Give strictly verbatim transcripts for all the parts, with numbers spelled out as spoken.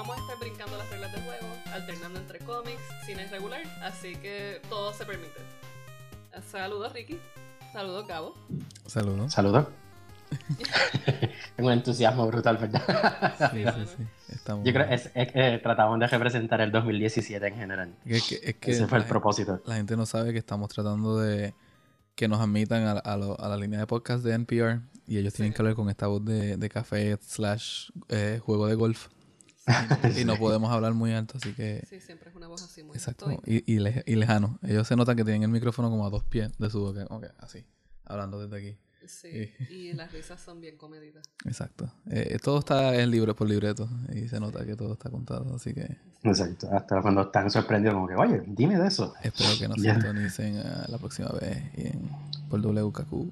vamos a estar brincando las reglas del juego, alternando entre cómics, cine regular, así que todo se permite. Saludos, Ricky. Saludos, Gabo. Saludos. Saludos. Tengo un entusiasmo brutal, ¿verdad? Sí, Sí, sí, sí. Estamos... Yo creo que es, es, eh, tratamos de representar el dos mil diecisiete en general. Es que, es que Ese fue el la, propósito. La gente no sabe que estamos tratando de que nos admitan a, a, lo, a la línea de podcast de N P R y ellos Sí. tienen que hablar con esta voz de, de café slash eh, juego de golf. Y, y no podemos hablar muy alto, así que... Sí, siempre es una voz así muy Exacto. estoica. Y, y, le, y lejano. Ellos se notan que tienen el micrófono como a dos pies de su boca. Ok, así. Hablando desde aquí. Sí, y las risas son bien comedidas. Exacto. Eh, todo está en libre por libreto. Y se nota que todo está contado. Así que Exacto. Hasta cuando están sorprendidos, como que, oye, dime de eso. espero que nos Ya. sintonicen uh, la próxima vez y en, por W K Q.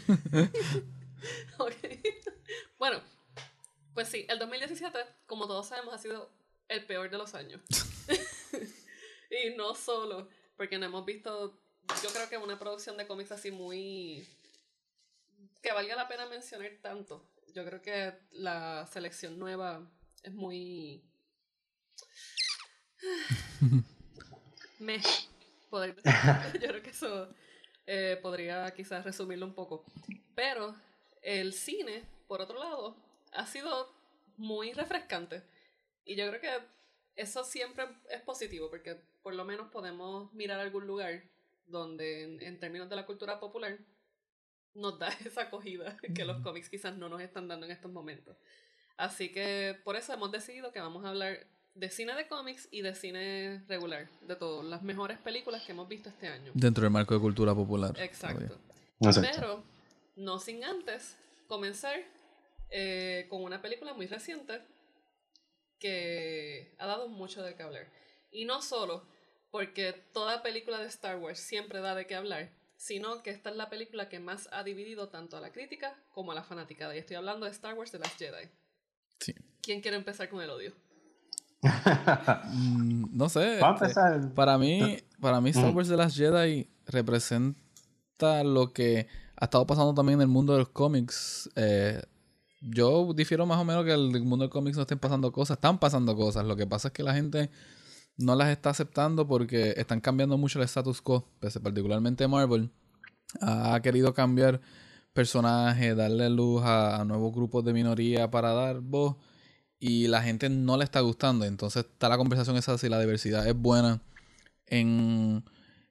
Ok. Bueno, pues sí, el dos mil diecisiete, como todos sabemos, ha sido el peor de los años. Y no solo porque no hemos visto, yo creo que una producción de cómics así muy... que valga la pena mencionar tanto. Yo creo que la selección nueva es muy... me podría decir. Yo creo que eso eh, podría quizás resumirlo un poco. Pero el cine, por otro lado, ha sido muy refrescante. Y yo creo que eso siempre es positivo, porque por lo menos podemos mirar algún lugar donde, en, en términos de la cultura popular, nos da esa acogida que los cómics quizás no nos están dando en estos momentos. Así que por eso hemos decidido que vamos a hablar de cine de cómics y de cine regular, de todo, las mejores películas que hemos visto este año. Dentro del marco de cultura popular. Exacto. Exacto. Pero no sin antes comenzar eh, con una película muy reciente que ha dado mucho de qué hablar. Y no solo porque toda película de Star Wars siempre da de qué hablar, sino que esta es la película que más ha dividido tanto a la crítica como a la fanaticada. Y estoy hablando de Star Wars The Last Jedi. Sí. ¿Quién quiere empezar con el odio? Mm, no sé. Va a este, empezar. para mí, para mí Star Mm. Wars The Last Jedi representa lo que ha estado pasando también en el mundo de los cómics. Eh, yo difiero más o menos que el mundo de cómics no estén pasando cosas. Están pasando cosas. Lo que pasa es que la gente no las está aceptando porque están cambiando mucho el status quo. Pues, particularmente Marvel ha querido cambiar personajes, darle luz a, a nuevos grupos de minoría para dar voz. Y la gente no le está gustando. Entonces está la conversación esa si la diversidad es buena en,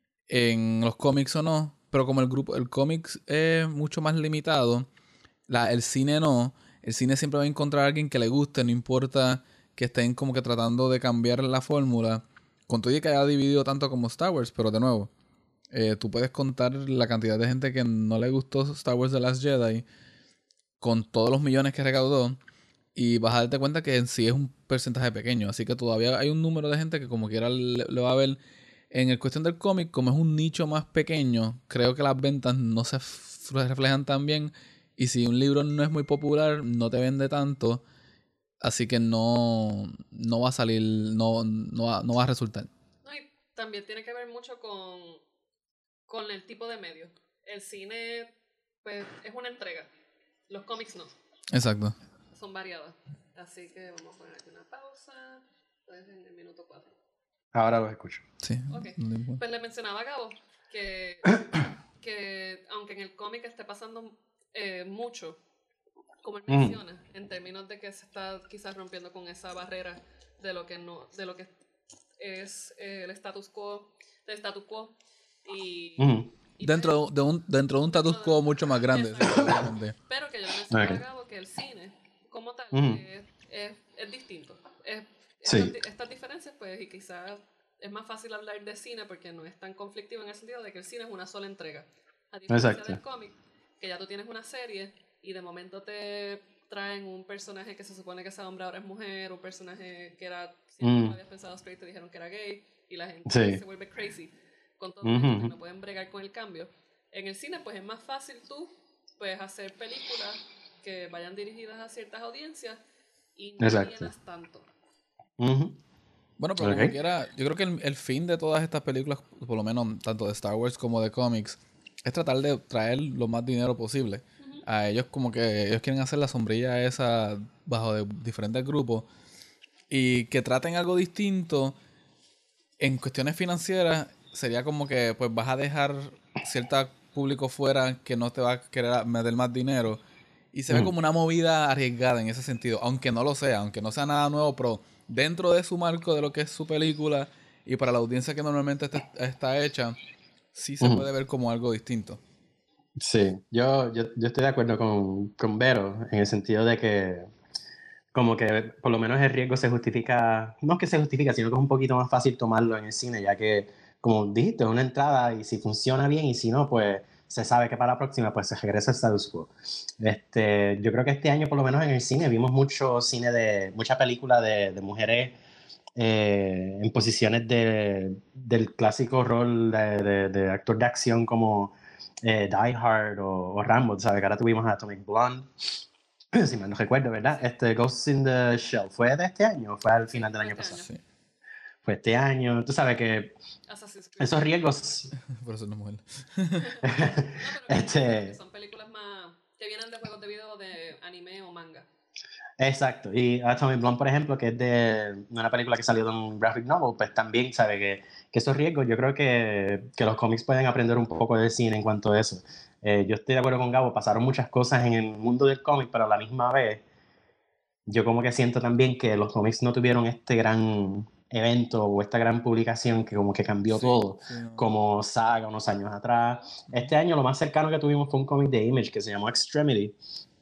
en los cómics o no. Pero como el grupo, el cómics es mucho más limitado, la, el cine no. El cine siempre va a encontrar a alguien que le guste, no importa que estén como que tratando de cambiar la fórmula. Con todo y que haya dividido tanto como Star Wars, pero de nuevo, eh, tú puedes contar la cantidad de gente que no le gustó Star Wars The Last Jedi con todos los millones que recaudó. Y vas a darte cuenta que en sí es un porcentaje pequeño. Así que todavía hay un número de gente que como quiera le, le va a ver. En el cuestión del cómic, como es un nicho más pequeño, creo que las ventas no se f- reflejan tan bien. Y si un libro no es muy popular, no te vende tanto. Así que no, no va a salir, no, no, va, no va a resultar. No, y también tiene que ver mucho con, con el tipo de medio. El cine, pues, es una entrega. Los cómics no. Exacto. Son variadas. Así que vamos a poner aquí una pausa. Pues en el minuto cuatro. Ahora lo escucho. Sí. Ok. No importa. Pues le mencionaba a Gabo que, que aunque en el cómic esté pasando eh, mucho, como él Mm. menciona, en términos de que se está quizás rompiendo con esa barrera de lo que no, de lo que es eh, el status quo, del status quo y, Mm. y Dentro de un, dentro de un status quo mucho más grande. Exacto. Obviamente. pero que yo le mencionaba Ok. a Gabo que el cine como tal Ujú. es, es, es distinto. Es, Sí. estas, di- estas diferencias, pues, y quizás es más fácil hablar de cine porque no es tan conflictivo en el sentido de que el cine es una sola entrega. A diferencia Exacto. del cómic, que ya tú tienes una serie y de momento te traen un personaje que se supone que ese hombre ahora es mujer, un personaje que era, siempre Mm. lo habías pensado straight, te dijeron que era gay, y la gente Sí. se vuelve crazy con todo Ujú, esto y ujú. no pueden bregar con el cambio. En el cine, pues es más fácil tú pues, hacer películas que vayan dirigidas a ciertas audiencias y no Exacto. llenas tanto. Ujú. Bueno, pero Ok. como quiera, yo creo que el, el fin de todas estas películas, por lo menos tanto de Star Wars como de cómics, es tratar de traer lo más dinero posible. Ujú. A ellos como que ellos quieren hacer la sombrilla esa bajo de diferentes grupos y que traten algo distinto en cuestiones financieras, sería como que pues vas a dejar cierto público fuera que no te va a querer meter más dinero. Y se ve Ujú. como una movida arriesgada en ese sentido, aunque no lo sea, aunque no sea nada nuevo, pero dentro de su marco de lo que es su película y para la audiencia que normalmente está, está hecha, sí se Ujú. puede ver como algo distinto. Sí, yo, yo, yo estoy de acuerdo con, con Vero en el sentido de que como que por lo menos el riesgo se justifica, no es que se justifica, sino que es un poquito más fácil tomarlo en el cine, ya que, como dijiste, es una entrada y si funciona bien y si no, pues se sabe que para la próxima pues se regresa al status quo. Este, yo creo que este año por lo menos en el cine vimos mucho cine de, mucha película de, de mujeres eh, en posiciones de, del clásico rol de, de, de actor de acción como eh, Die Hard o, o Rambo, ¿sabes? Que ahora tuvimos a Atomic Blonde, si mal no recuerdo, ¿verdad? Sí, Este Ghost in the Shell, ¿fue de este año o fue al sí, final del fue año este pasado? año. Sí, Fue este año, tú sabes que Assassin's Creed. esos riesgos, por eso no mujer. No, pero que me refiero que este, son películas más que vienen de juegos de video de anime o manga. exacto, y Atomic Blonde, por ejemplo, que es de una película que salió de un graphic novel, pues también sabe que, que esos riesgos, yo creo que, que los cómics pueden aprender un poco del cine en cuanto a eso. Eh, yo estoy de acuerdo con Gabo, pasaron muchas cosas en el mundo del cómic, pero a la misma vez yo como que siento también que los cómics no tuvieron este gran evento o esta gran publicación que como que cambió Sí, todo, sí, no. como Saga unos años atrás. Este año lo más cercano que tuvimos fue un cómic de Image que se llamó Extremity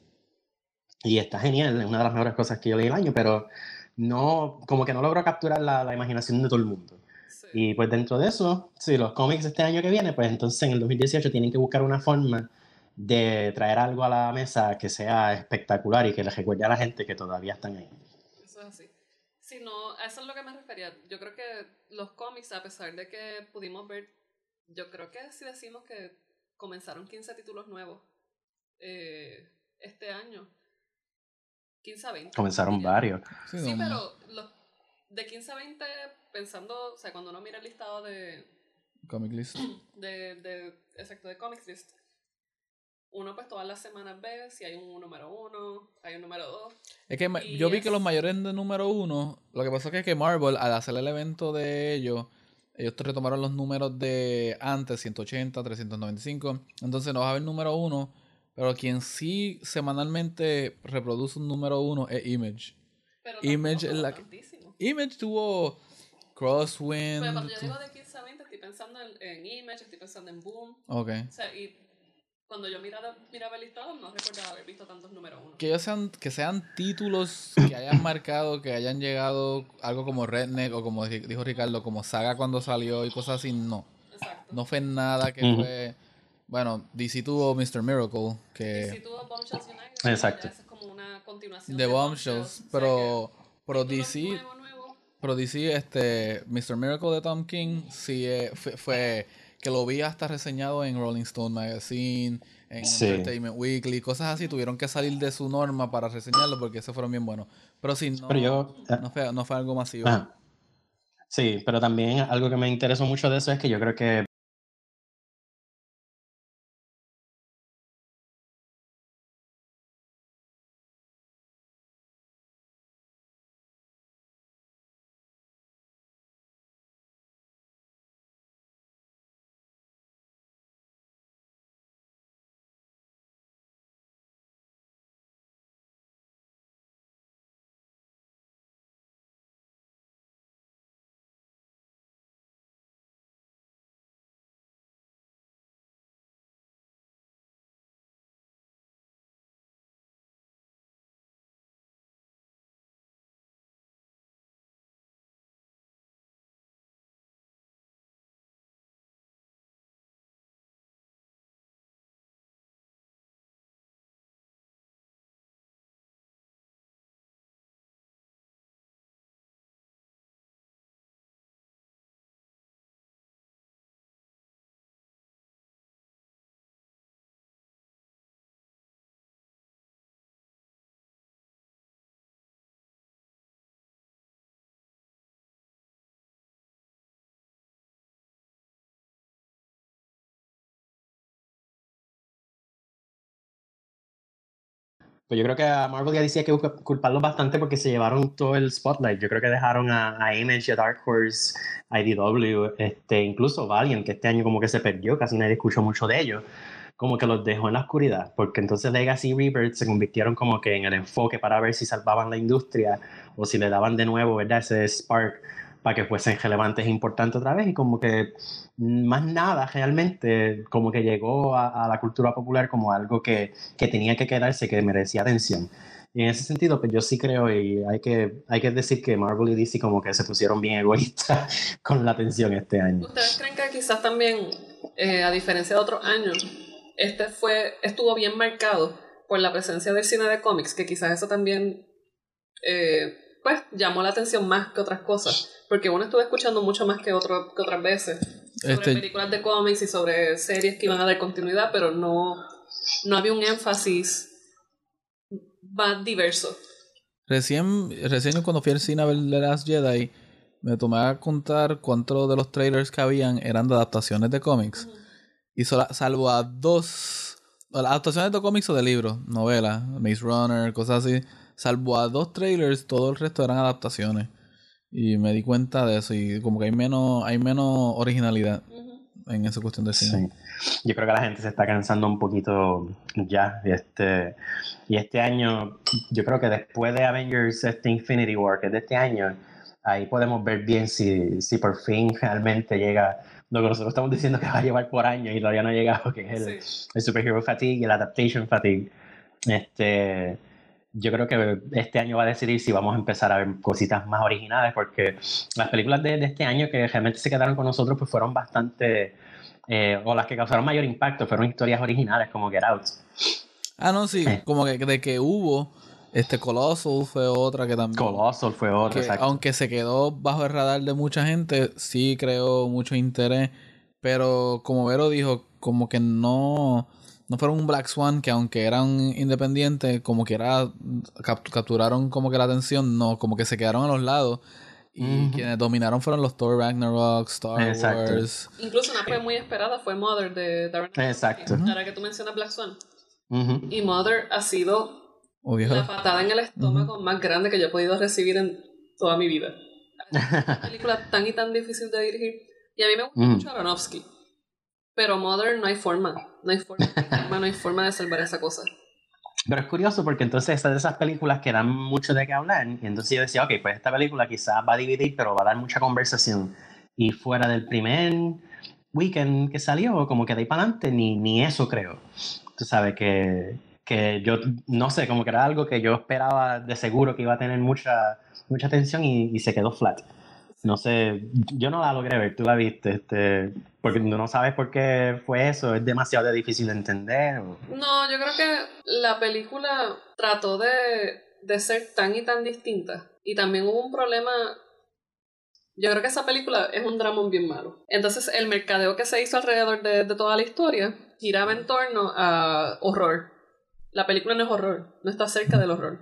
y está genial, es una de las mejores cosas que yo leí el año, pero no, como que no logró capturar la, la imaginación de todo el mundo. Sí. Y pues dentro de eso, sí, los cómics este año que viene, pues entonces en el dos mil dieciocho tienen que buscar una forma de traer algo a la mesa que sea espectacular y que les recuerde a la gente que todavía están ahí. Eso es así. Si no, a eso es lo que me refería. Yo creo que los cómics, a pesar de que pudimos ver, yo creo que si decimos que comenzaron quince títulos nuevos eh, este año, quince a veinte, Comenzaron diría yo. varios. Sí, Sí, no. pero los, de quince a veinte, pensando, o sea, cuando uno mira el listado de, Comic List. de, de exacto, de Comics List, uno pues todas las semanas ve si hay un número uno, hay un número dos. Es que ma- Y yo vi que los es... mayores de número uno, lo que pasó es que Marvel, al hacer el evento de ellos, ellos te retomaron los números de antes, ciento ochenta, trescientos noventa y cinco. Entonces no vas a ver número uno, pero quien sí semanalmente reproduce un número uno es Image. Pero tampoco Image es tuvo la que... tantísimo. Image tuvo Pero cuando Crosswind. yo tu- digo de quince a veinte, estoy pensando en, en Image, estoy pensando en Boom. Ok. O sea, y cuando yo miraba, miraba el listado, no recordaba haber visto tantos número uno. Que ellos sean, que sean títulos que hayan marcado, que hayan llegado algo como Redneck o como di- dijo Ricardo, como Saga cuando salió y cosas así, no. Exacto. No fue nada que Ujú. fue. Bueno, D C tuvo mister Miracle, Y que. si tuvo Bombshells United, pero ya Exacto. esa es como una continuación De de Bombshells. Bombshells, O sea que pero. Pero títulos D C. nuevos, nuevos. Pero D C, este. mister Miracle de Tom King, sí eh, fue, fue que lo vi hasta reseñado en Rolling Stone Magazine, en Sí. Entertainment Weekly, cosas así. Tuvieron que salir de su norma para reseñarlo porque esos fueron bien buenos. Pero sí, Pero no, yo... eh, no fue, no fue algo masivo. ajá. Sí, pero también algo que me interesó mucho de eso es que yo creo que Pues yo creo que a Marvel y a D C hay que culparlos bastante porque se llevaron todo el spotlight. Yo creo que dejaron a, a Image, a Dark Horse, a I D W, este, incluso Valiant, que este año como que se perdió, casi nadie escuchó mucho de ellos, como que los dejó en la oscuridad, porque entonces Legacy y Rebirth se convirtieron como que en el enfoque para ver si salvaban la industria o si le daban de nuevo, ¿verdad?, ese spark para que fuesen relevantes e importantes otra vez, y como que más nada realmente como que llegó a, a la cultura popular como algo que, que tenía que quedarse, que merecía atención. Y en ese sentido, pues yo sí creo, y hay que, hay que decir que Marvel y D C como que se pusieron bien egoístas con la atención este año. ¿Ustedes creen que quizás también, eh, a diferencia de otros años, este fue estuvo bien marcado por la presencia del cine de cómics, que quizás eso también eh, pues llamó la atención más que otras cosas? Porque uno estuvo escuchando mucho más que, otro, que otras veces sobre este... películas de cómics y sobre series que iban a dar continuidad, pero no, no había un énfasis más diverso. Recién, recién cuando fui al cine a ver The Last Jedi, me tomé a contar cuántos de los trailers que habían eran de adaptaciones de cómics. Uh-huh. Y solo, salvo a dos, las adaptaciones de cómics o de libros, novelas, Maze Runner, cosas así, salvo a dos trailers, todo el resto eran adaptaciones. Y me di cuenta de eso, y como que hay menos, hay menos originalidad uh-huh. en esa cuestión de cine. Sí. Yo creo que la gente se está cansando un poquito ya. Y este, y este año, yo creo que después de Avengers este Infinity War, que es de este año, ahí podemos ver bien si, si por fin realmente llega lo que nosotros estamos diciendo que va a llevar por años y todavía no ha llegado, que es el, sí. el Superhero Fatigue y el Adaptation Fatigue. Este... Yo creo que este año va a decidir si vamos a empezar a ver cositas más originales, porque las películas de, de este año que realmente se quedaron con nosotros pues fueron bastante, eh, o las que causaron mayor impacto, fueron historias originales como Get Out. Ah, no, sí, eh. como que de que hubo, este Colossal fue otra que también... Colossal fue otra, que, exacto. Aunque se quedó bajo el radar de mucha gente, sí creó mucho interés, pero como Vero dijo, como que no... No fueron un Black Swan, que aunque eran independientes, como que era, capt- capturaron como que la atención, no, como que se quedaron a los lados. Y uh-huh. quienes dominaron fueron los Thor Ragnarok, Star Exacto. Wars. Incluso una fue muy esperada, fue Mother de Darren Aronofsky. Exacto. Ahora que tú mencionas Black Swan. Uh-huh. Y Mother ha sido oh, la patada en el estómago uh-huh. más grande que yo he podido recibir en toda mi vida. Es una película tan y tan difícil de dirigir. Y a mí me gusta uh-huh. mucho Aronofsky. Pero Mother no hay forma, no hay forma, no hay forma de salvar esa cosa. Pero es curioso porque entonces estas de esas películas que dan mucho de qué hablar, y entonces yo decía, ok, pues esta película quizás va a dividir, pero va a dar mucha conversación. Y fuera del primer weekend que salió, como que de ahí para adelante, ni, ni eso creo. Tú sabes que, que yo, no sé, como que era algo que yo esperaba de seguro que iba a tener mucha, mucha atención y, y se quedó flat. No sé, yo no la logré ver, tú la viste, este, porque no sabes por qué fue eso, es demasiado difícil de entender. ¿O? No, yo creo que la película trató de, de ser tan y tan distinta. Y también hubo un problema, yo creo que esa película es un drama bien malo. Entonces el mercadeo que se hizo alrededor de, de toda la historia giraba en torno a horror. La película no es horror, no está cerca del horror.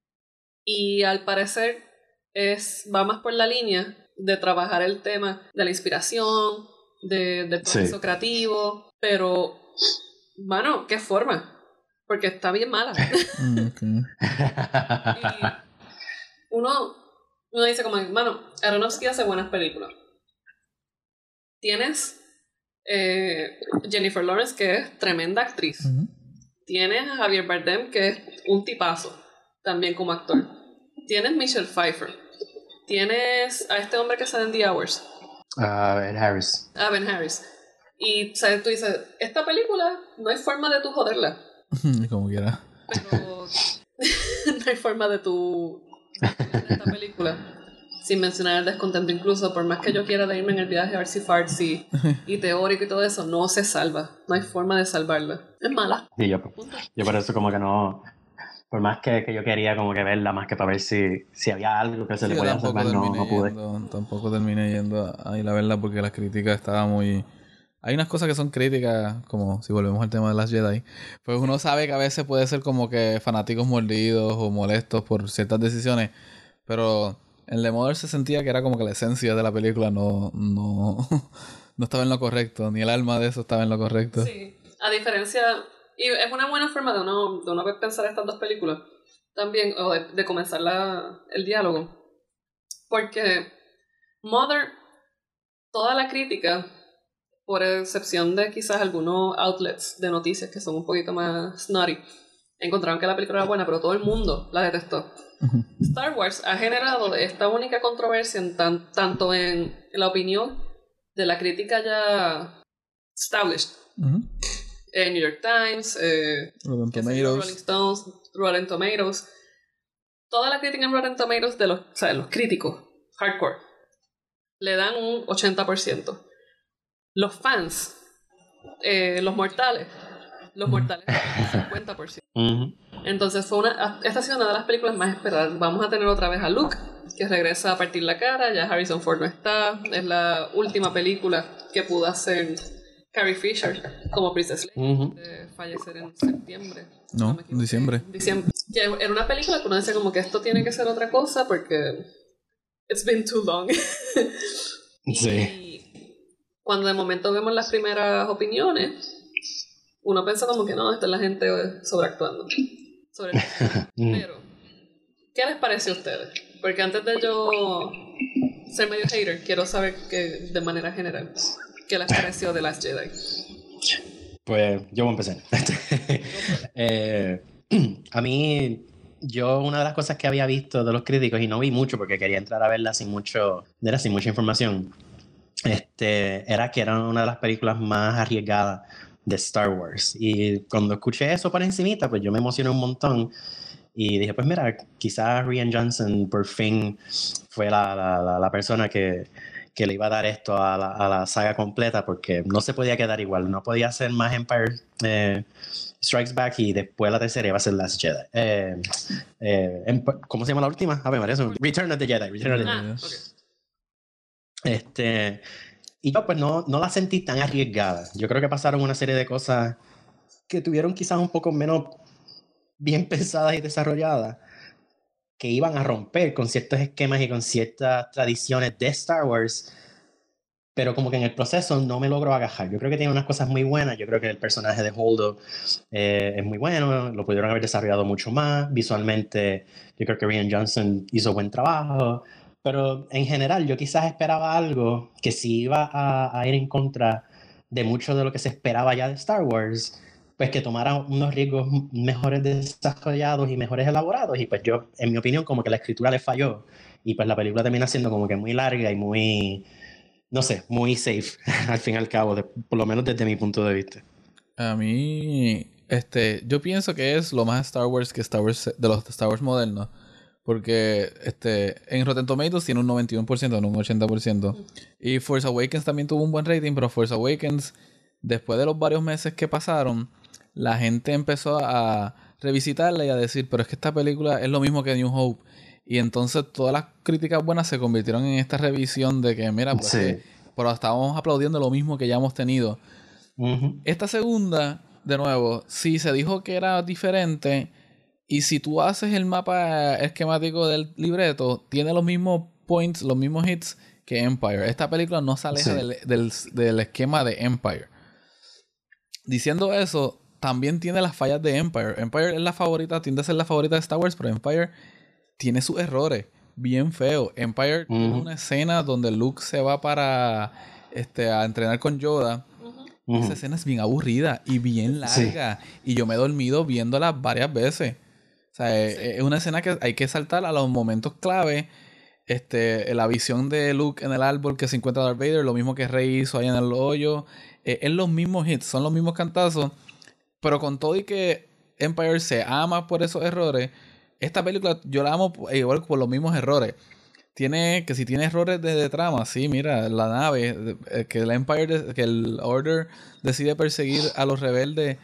Y al parecer es, va más por la línea de trabajar el tema de la inspiración, de, del proceso sí. creativo, pero, mano, ¿qué forma? Porque está bien mala. Okay. Y uno, uno dice como, mano, Aronofsky hace buenas películas. Tienes eh, Jennifer Lawrence, que es tremenda actriz. Uh-huh. Tienes a Javier Bardem, que es un tipazo, también como actor. Tienes Michelle Pfeiffer. Tienes a este hombre que sale en The Hours. Uh, Ben Harris. Ah, Ben Harris. Y, ¿sabes? Tú dices, esta película no hay forma de tú joderla. Como quiera. Pero no hay forma de tú joder esta película. Sin mencionar el descontento incluso. Por más que yo quiera de irme en el viaje artsy-fartsy y teórico y todo eso, no se salva. No hay forma de salvarla. Es mala. Sí, yo, yo por eso como que no... Por más que, que yo quería como que verla, más que para ver si, si había algo que se sí, le podía salvar, no, no pude. Yendo, tampoco terminé yendo a ir a verla porque las críticas estaban muy... Hay unas cosas que son críticas, como si volvemos al tema de las Jedi, pues uno sabe que a veces puede ser como que fanáticos mordidos o molestos por ciertas decisiones, pero en The Mother se sentía que era como que la esencia de la película no, no, no estaba en lo correcto, ni el alma de eso estaba en lo correcto. Sí, a diferencia... Y es una buena forma de uno, de uno pensar estas dos películas también, o de, de comenzar la, el diálogo. Porque Mother, toda la crítica, por excepción de quizás algunos outlets de noticias que son un poquito más snotty, encontraron que la película era buena, pero todo el mundo la detestó. Uh-huh. Star Wars ha generado esta única controversia en tan, tanto en la opinión de la crítica ya established. Uh-huh. Eh, New York Times, eh, Rotten Tomatoes, Rolling Stones, Rotten Tomatoes. Toda la crítica en Rotten Tomatoes de los, o sea, los críticos hardcore le dan un ochenta por ciento. Los fans, eh, los mortales, los mortales un cincuenta por ciento. Uh-huh. Entonces fue una, esta ha sido una de las películas más esperadas. Vamos a tener otra vez a Luke, que regresa a partir la cara. Ya Harrison Ford no está. Es la última película que pudo hacer Carrie Fisher como Princess Leia, uh-huh. de fallecer en septiembre. No, en diciembre. diciembre. Que era una película que uno decía como que esto tiene que ser otra cosa porque it's been too long. Sí. Y cuando de momento vemos las primeras opiniones, uno piensa como que no, esta es la gente sobreactuando. Sobre Pero, ¿qué les parece a ustedes? Porque antes de yo ser medio hater, quiero saber que de manera general, ¿qué les pareció de Last Jedi? Pues yo voy a empezar. eh, a mí, yo una de las cosas que había visto de los críticos, y no vi mucho porque quería entrar a verla sin mucho, era sin mucha información, este, era que era una de las películas más arriesgadas de Star Wars. Y cuando escuché eso por encimita, pues yo me emocioné un montón. Y dije, pues mira, quizás Rian Johnson por fin fue la, la, la, la persona que, que le iba a dar esto a la, a la saga completa, porque no se podía quedar igual. No podía hacer más Empire eh, Strikes Back y después la tercera iba a ser Last Jedi. Eh, eh, ¿Cómo se llama la última? A ver, María, Return of the Jedi. Return of the Jedi. Ah, okay. Este... Y yo pues no, no la sentí tan arriesgada. Yo creo que pasaron una serie de cosas que tuvieron quizás un poco menos bien pensadas y desarrolladas, que iban a romper con ciertos esquemas y con ciertas tradiciones de Star Wars, pero como que en el proceso no me logro agajar. Yo creo que tiene unas cosas muy buenas. Yo creo que el personaje de Holdo eh, es muy bueno, lo pudieron haber desarrollado mucho más. Visualmente, yo creo que Rian Johnson hizo buen trabajo. Pero en general yo quizás esperaba algo que si iba a, a ir en contra de mucho de lo que se esperaba ya de Star Wars, pues que tomara unos riesgos mejores desarrollados y mejores elaborados. Y pues yo, en mi opinión, como que la escritura le falló. Y pues la película termina siendo como que muy larga y muy, no sé, muy safe, al fin y al cabo, de, por lo menos desde mi punto de vista. A mí, este, yo pienso que es lo más Star Wars que Star Wars, de los Star Wars modernos. Porque este, en Rotten Tomatoes tiene un noventa y uno por ciento, no un ochenta por ciento. Mm. Y Force Awakens también tuvo un buen rating, pero Force Awakens, después de los varios meses que pasaron, la gente empezó a revisitarla y a decir, pero es que esta película es lo mismo que New Hope. Y entonces todas las críticas buenas se convirtieron en esta revisión de que, mira, pues, sí. que, pero estábamos aplaudiendo lo mismo que ya hemos tenido. Uh-huh. Esta segunda, de nuevo, sí se dijo que era diferente. Y si tú haces el mapa esquemático del libreto, tiene los mismos points, los mismos hits que Empire. Esta película no se aleja sí. del, del, del esquema de Empire. Diciendo eso, también tiene las fallas de Empire. Empire es la favorita, tiende a ser la favorita de Star Wars, pero Empire tiene sus errores bien feos. Empire uh-huh. tiene una escena donde Luke se va para este, a entrenar con Yoda. Uh-huh. Esa escena es bien aburrida y bien larga. Sí. Y yo me he dormido viéndola varias veces. O sea, sí. es una escena que hay que saltar a los momentos clave. Este, la visión de Luke en el árbol que se encuentra Darth Vader, lo mismo que Rey hizo ahí en el hoyo. Eh, es los mismos hits, son los mismos cantazos. Pero con todo y que Empire se ama por esos errores, esta película yo la amo igual por los mismos errores. Tiene, que si tiene errores de, de trama, sí, mira, la nave, que el Empire, que el Order decide perseguir a los rebeldes,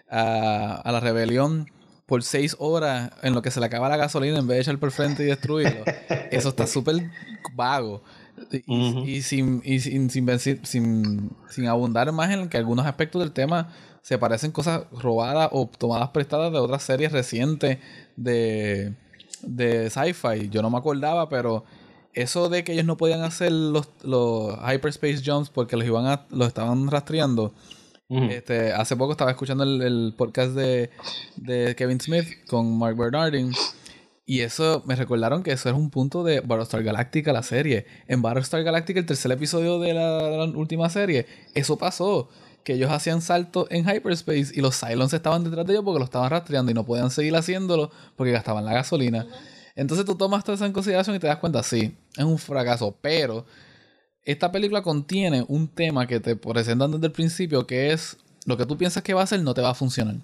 a, a la rebelión por seis horas en lo que se le acaba la gasolina en vez de echar por frente y destruirlo. Eso está súper vago. Y, uh-huh. y, sin, y sin, sin, sin, sin abundar más en que algunos aspectos del tema se parecen cosas robadas o tomadas prestadas de otras series recientes de, de sci-fi. Yo no me acordaba, pero eso de que ellos no podían hacer los, los hyperspace jumps porque los iban a, los estaban rastreando, Ujú. Este, hace poco estaba escuchando el, el podcast de, de Kevin Smith con Mark Bernardin. Y eso, me recordaron que eso es un punto de Battlestar Galactica, la serie. En Battlestar Galactica, el tercer episodio de la, de la última serie, eso pasó. Que ellos hacían saltos en hyperspace y los Cylons estaban detrás de ellos porque lo estaban rastreando y no podían seguir haciéndolo porque gastaban la gasolina. Entonces tú tomas todo eso en consideración y te das cuenta, sí, es un fracaso. Pero esta película contiene un tema que te presentan desde el principio, que es lo que tú piensas que va a hacer no te va a funcionar.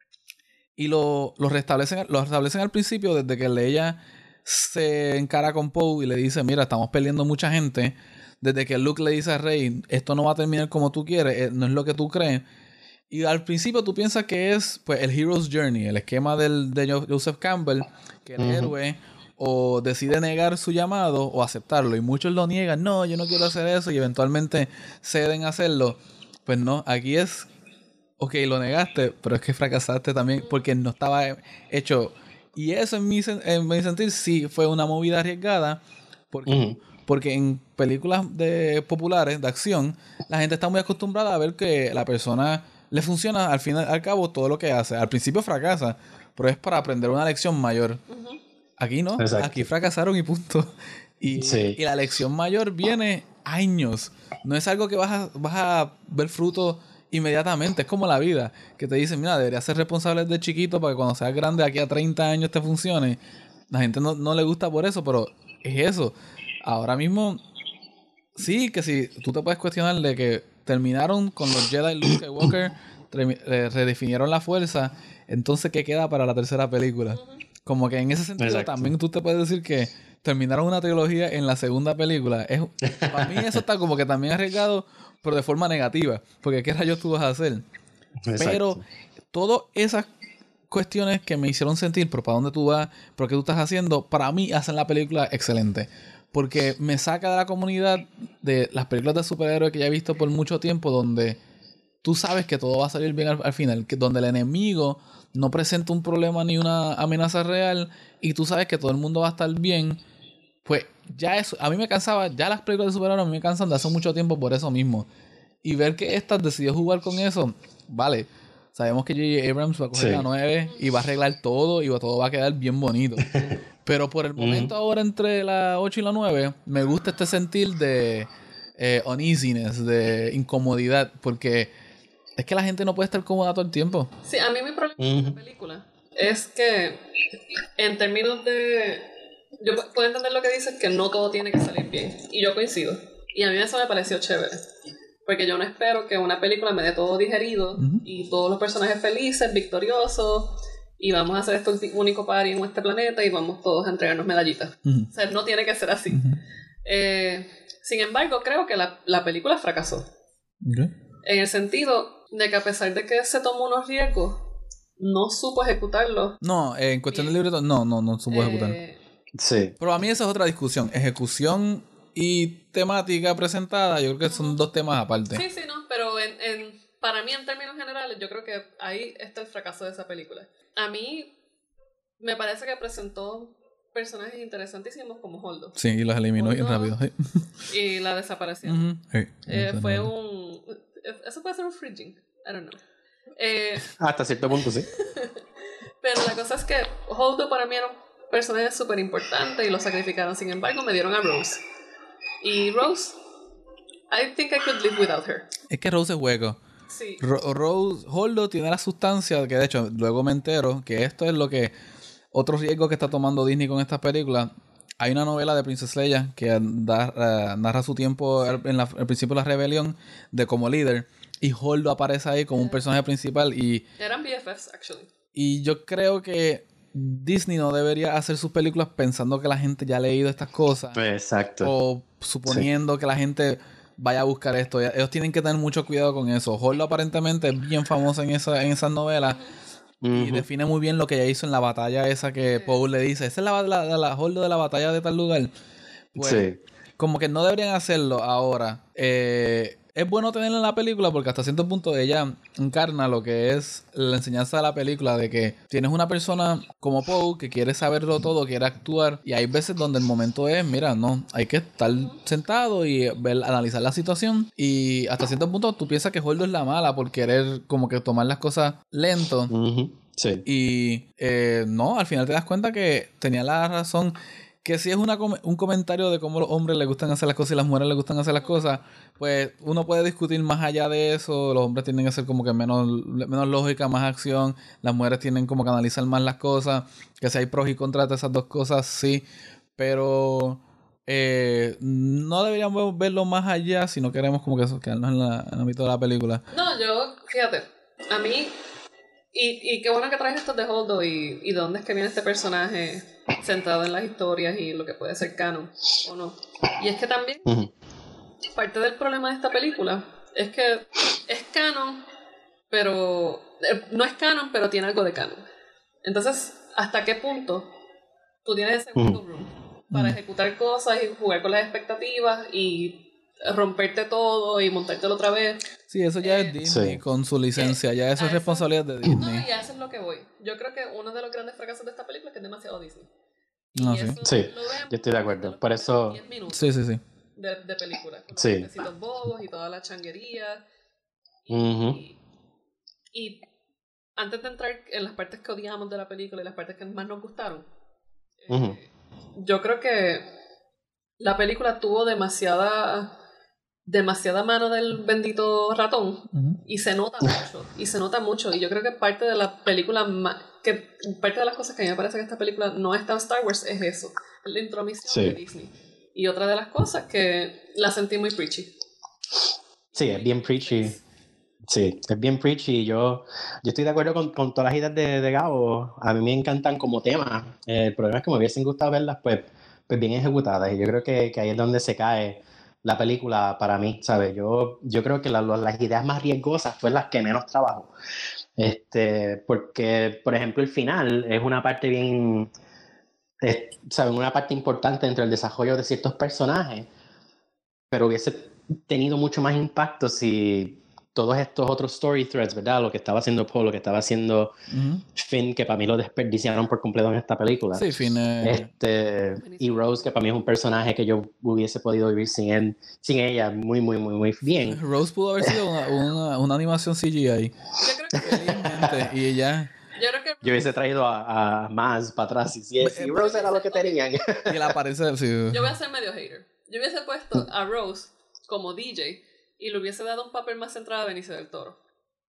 Y lo, lo, restablecen, lo restablecen al principio desde que Leia se encara con Poe y le dice, mira, estamos perdiendo mucha gente. Desde que Luke le dice a Rey, esto no va a terminar como tú quieres, no es lo que tú crees. Y al principio tú piensas que es pues el Hero's Journey, el esquema del, de Joseph Campbell, que el uh-huh. héroe o decide negar su llamado o aceptarlo. Y muchos lo niegan, no, yo no quiero hacer eso, y eventualmente ceden a hacerlo. Pues no, aquí es... Ok, lo negaste, pero es que fracasaste también porque no estaba hecho. Y eso en mi, en mi sentir sí fue una movida arriesgada. Porque, uh-huh. porque en películas de, populares de acción, la gente está muy acostumbrada a ver que la persona le funciona al fin y al cabo todo lo que hace. Al principio fracasa, pero es para aprender una lección mayor. Uh-huh. Aquí no, exacto. Aquí fracasaron y punto. Y, sí. y la lección mayor viene años. No es algo que vas a, vas a ver fruto inmediatamente. Es como la vida, que te dicen, mira, deberías ser responsable de chiquito para que cuando seas grande, aquí a treinta años te funcione. La gente no, no le gusta por eso, pero es eso. Ahora mismo, sí, que si tú te puedes cuestionar de que terminaron con los Jedi, Luke Skywalker, re- redefinieron la fuerza, entonces ¿qué queda para la tercera película? Como que en ese sentido exacto. También tú te puedes decir que terminaron una trilogía en la segunda película. Es, para mí eso está como que también arriesgado, pero de forma negativa, porque ¿qué rayos tú vas a hacer? Exacto. Pero todas esas cuestiones que me hicieron sentir, pero para dónde tú vas, por qué tú estás haciendo, para mí hacen la película excelente, porque me saca de la comunidad de las películas de superhéroes que ya he visto por mucho tiempo, donde tú sabes que todo va a salir bien al, al final, que donde el enemigo no presenta un problema ni una amenaza real y tú sabes que todo el mundo va a estar bien. Pues ya eso, a mí me cansaba, ya las películas de superhéroes a mí me cansan de hace mucho tiempo por eso mismo. Y ver que esta decidió jugar con eso, vale, sabemos que J J Abrams va a coger sí. la nueve y va a arreglar todo y todo va a quedar bien bonito. Pero por el momento mm. ahora entre la ocho y la nueve, me gusta este sentir de eh, uneasiness, de incomodidad, porque es que la gente no puede estar cómoda todo el tiempo. Sí, a mí mi problema mm. con la película es que en términos de... Yo puedo entender lo que dices, que no todo tiene que salir bien. Y yo coincido. Y a mí eso me pareció chévere. Porque yo no espero que una película me dé todo digerido uh-huh. y todos los personajes felices, victoriosos, y vamos a hacer este único party en este planeta y vamos todos a entregarnos medallitas. Uh-huh. O sea, no tiene que ser así. Uh-huh. Eh, sin embargo, creo que la, la película fracasó. Okay. En el sentido de que a pesar de que se tomó unos riesgos, no supo ejecutarlos. No, eh, en cuestión bien. del libreto, no, no, no supo eh, ejecutar. Sí. Pero a mí esa es otra discusión. Ejecución y temática presentada, yo creo que son dos temas aparte. Sí, sí, no, pero en, en, para mí en términos generales, yo creo que ahí está el fracaso de esa película. A mí me parece que presentó personajes interesantísimos como Holdo. Sí, y los eliminó bien rápido. Sí. Y la desaparición. Uh-huh. Sí, eh, fue un... Eso puede ser un fridging, I don't know. Eh, Hasta cierto punto, sí. Pero la cosa es que Holdo para mí era un personaje súper importante y lo sacrificaron. Sin embargo, me dieron a Rose. Y Rose, I think I could live without her. Es que Rose es hueco. Sí. Ro- Rose, Holdo tiene la sustancia que de hecho luego me entero que esto es lo que otro riesgo que está tomando Disney con estas películas. Hay una novela de Princess Leia que da, uh, narra su tiempo en la, al principio de la rebelión de como líder, y Holdo aparece ahí como un personaje principal y eran B F Fs actually. Y yo creo que Disney no debería hacer sus películas pensando que la gente ya ha leído estas cosas. Exacto. O suponiendo sí. que la gente vaya a buscar esto. Ellos tienen que tener mucho cuidado con eso. Holdo aparentemente es bien famoso en esa en esas novelas. Uh-huh. Y define muy bien lo que ella hizo en la batalla esa que Poe le dice. Esa es la, la, la, la Holdo de la batalla de tal lugar. Pues, sí. Como que no deberían hacerlo ahora. Eh, es bueno tenerla en la película porque hasta cierto punto ella encarna lo que es la enseñanza de la película, de que tienes una persona como Poe que quiere saberlo todo, quiere actuar, y hay veces donde el momento es, mira, no, hay que estar sentado y ver, analizar la situación, y hasta cierto punto tú piensas que Holdo es la mala por querer como que tomar las cosas lento. Uh-huh. Sí. Y eh, no, al final te das cuenta que tenía la razón. Que si es una com- un comentario de cómo los hombres les gustan hacer las cosas y las mujeres les gustan hacer las cosas, pues uno puede discutir más allá de eso. Los hombres tienen que ser como que menos, menos lógica, más acción. Las mujeres tienen como que analizar más las cosas. Que si hay pros y contras de esas dos cosas, sí. Pero eh, no deberíamos verlo más allá si no queremos como que eso, quedarnos en, la, en la mitad de la película. No, yo, fíjate, a mí... Y, y qué bueno que traes esto de Holdo y, y de dónde es que viene este personaje centrado en las historias y lo que puede ser canon o no. Y es que también uh-huh. parte del problema de esta película es que es canon, pero eh, no es canon, pero tiene algo de canon. Entonces, ¿hasta qué punto tú tienes ese wiggle room uh-huh. para ejecutar cosas y jugar con las expectativas y romperte todo y montártelo otra vez? Sí, eso ya eh, es Disney sí. con su licencia, eh, ya eso es responsabilidad de Disney. No, y a eso es lo que voy. Yo creo que uno de los grandes fracasos de esta película es que es demasiado Disney. No, y sí. eso Sí, lo vemos yo estoy de acuerdo. Por eso... Sí, sí, sí. De, de película. Con sí. los besitos bobos y toda la changuería. Y, uh-huh. y, y antes de entrar en las partes que odiamos de la película y las partes que más nos gustaron, uh-huh. eh, yo creo que la película tuvo demasiada... demasiada mano del bendito ratón uh-huh. y se nota mucho y se nota mucho y yo creo que parte de la película ma- que parte de las cosas que a mí me parece que esta película no es tan Star Wars es eso, la intromisión sí. de Disney, y otra de las cosas que la sentí muy preachy. Sí, es bien preachy. Sí, es bien preachy. Yo, yo estoy de acuerdo con, con todas las ideas de, de Gabo. A mí me encantan como tema. El problema es que me hubiesen gustado verlas pues, pues bien ejecutadas, y yo creo que, que ahí es donde se cae la película para mí, ¿sabes? Yo, yo creo que la, las ideas más riesgosas fueron las que menos trabajo. Este, porque, por ejemplo, el final es una parte bien, es, ¿sabes? Una parte importante dentro del desarrollo de ciertos personajes, pero hubiese tenido mucho más impacto si todos estos otros story threads, ¿verdad? Lo que estaba haciendo Paul, lo que estaba haciendo uh-huh. Finn, que para mí lo desperdiciaron por completo en esta película. Sí, Finn. Eh... Este, y Rose, que para mí es un personaje que yo hubiese podido vivir sin él, sin ella muy, muy, muy, muy bien. Rose pudo haber sido una, una, una animación C G I. Yo creo que y ella... Yo creo que... Yo hubiese traído a, a Maz para atrás y si, si Rose era lo que tenían. Y él aparece... Sí. Yo voy a ser medio hater. Yo hubiese puesto a Rose como D J y le hubiese dado un papel más centrado a Benicio del Toro.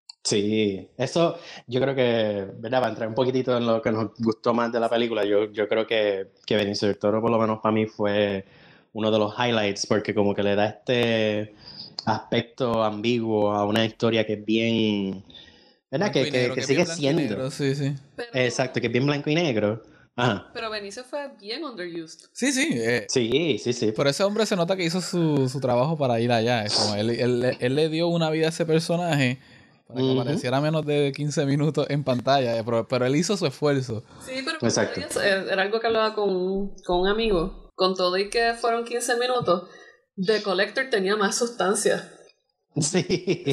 Sí, eso yo creo que, ¿verdad? Para entrar un poquitito en lo que nos gustó más de la película, yo, yo creo que, que Benicio del Toro, por lo menos para mí, fue uno de los highlights, porque como que le da este aspecto ambiguo a una historia que es bien, ¿verdad? Que, que, que, que sigue siendo. Negro, sí, sí. Pero... Exacto, que es bien blanco y negro. Ajá. Pero Benicio fue bien underused. Sí, sí. Eh, sí, sí, sí. Por ese hombre se nota que hizo su, su trabajo para ir allá. Es como él, él, él, él le dio una vida a ese personaje para que uh-huh. apareciera menos de quince minutos en pantalla. Pero, pero él hizo su esfuerzo. Sí, pero Exacto. Era algo que hablaba con, con un amigo. Con todo y que fueron quince minutos, The Collector tenía más sustancia. Sí.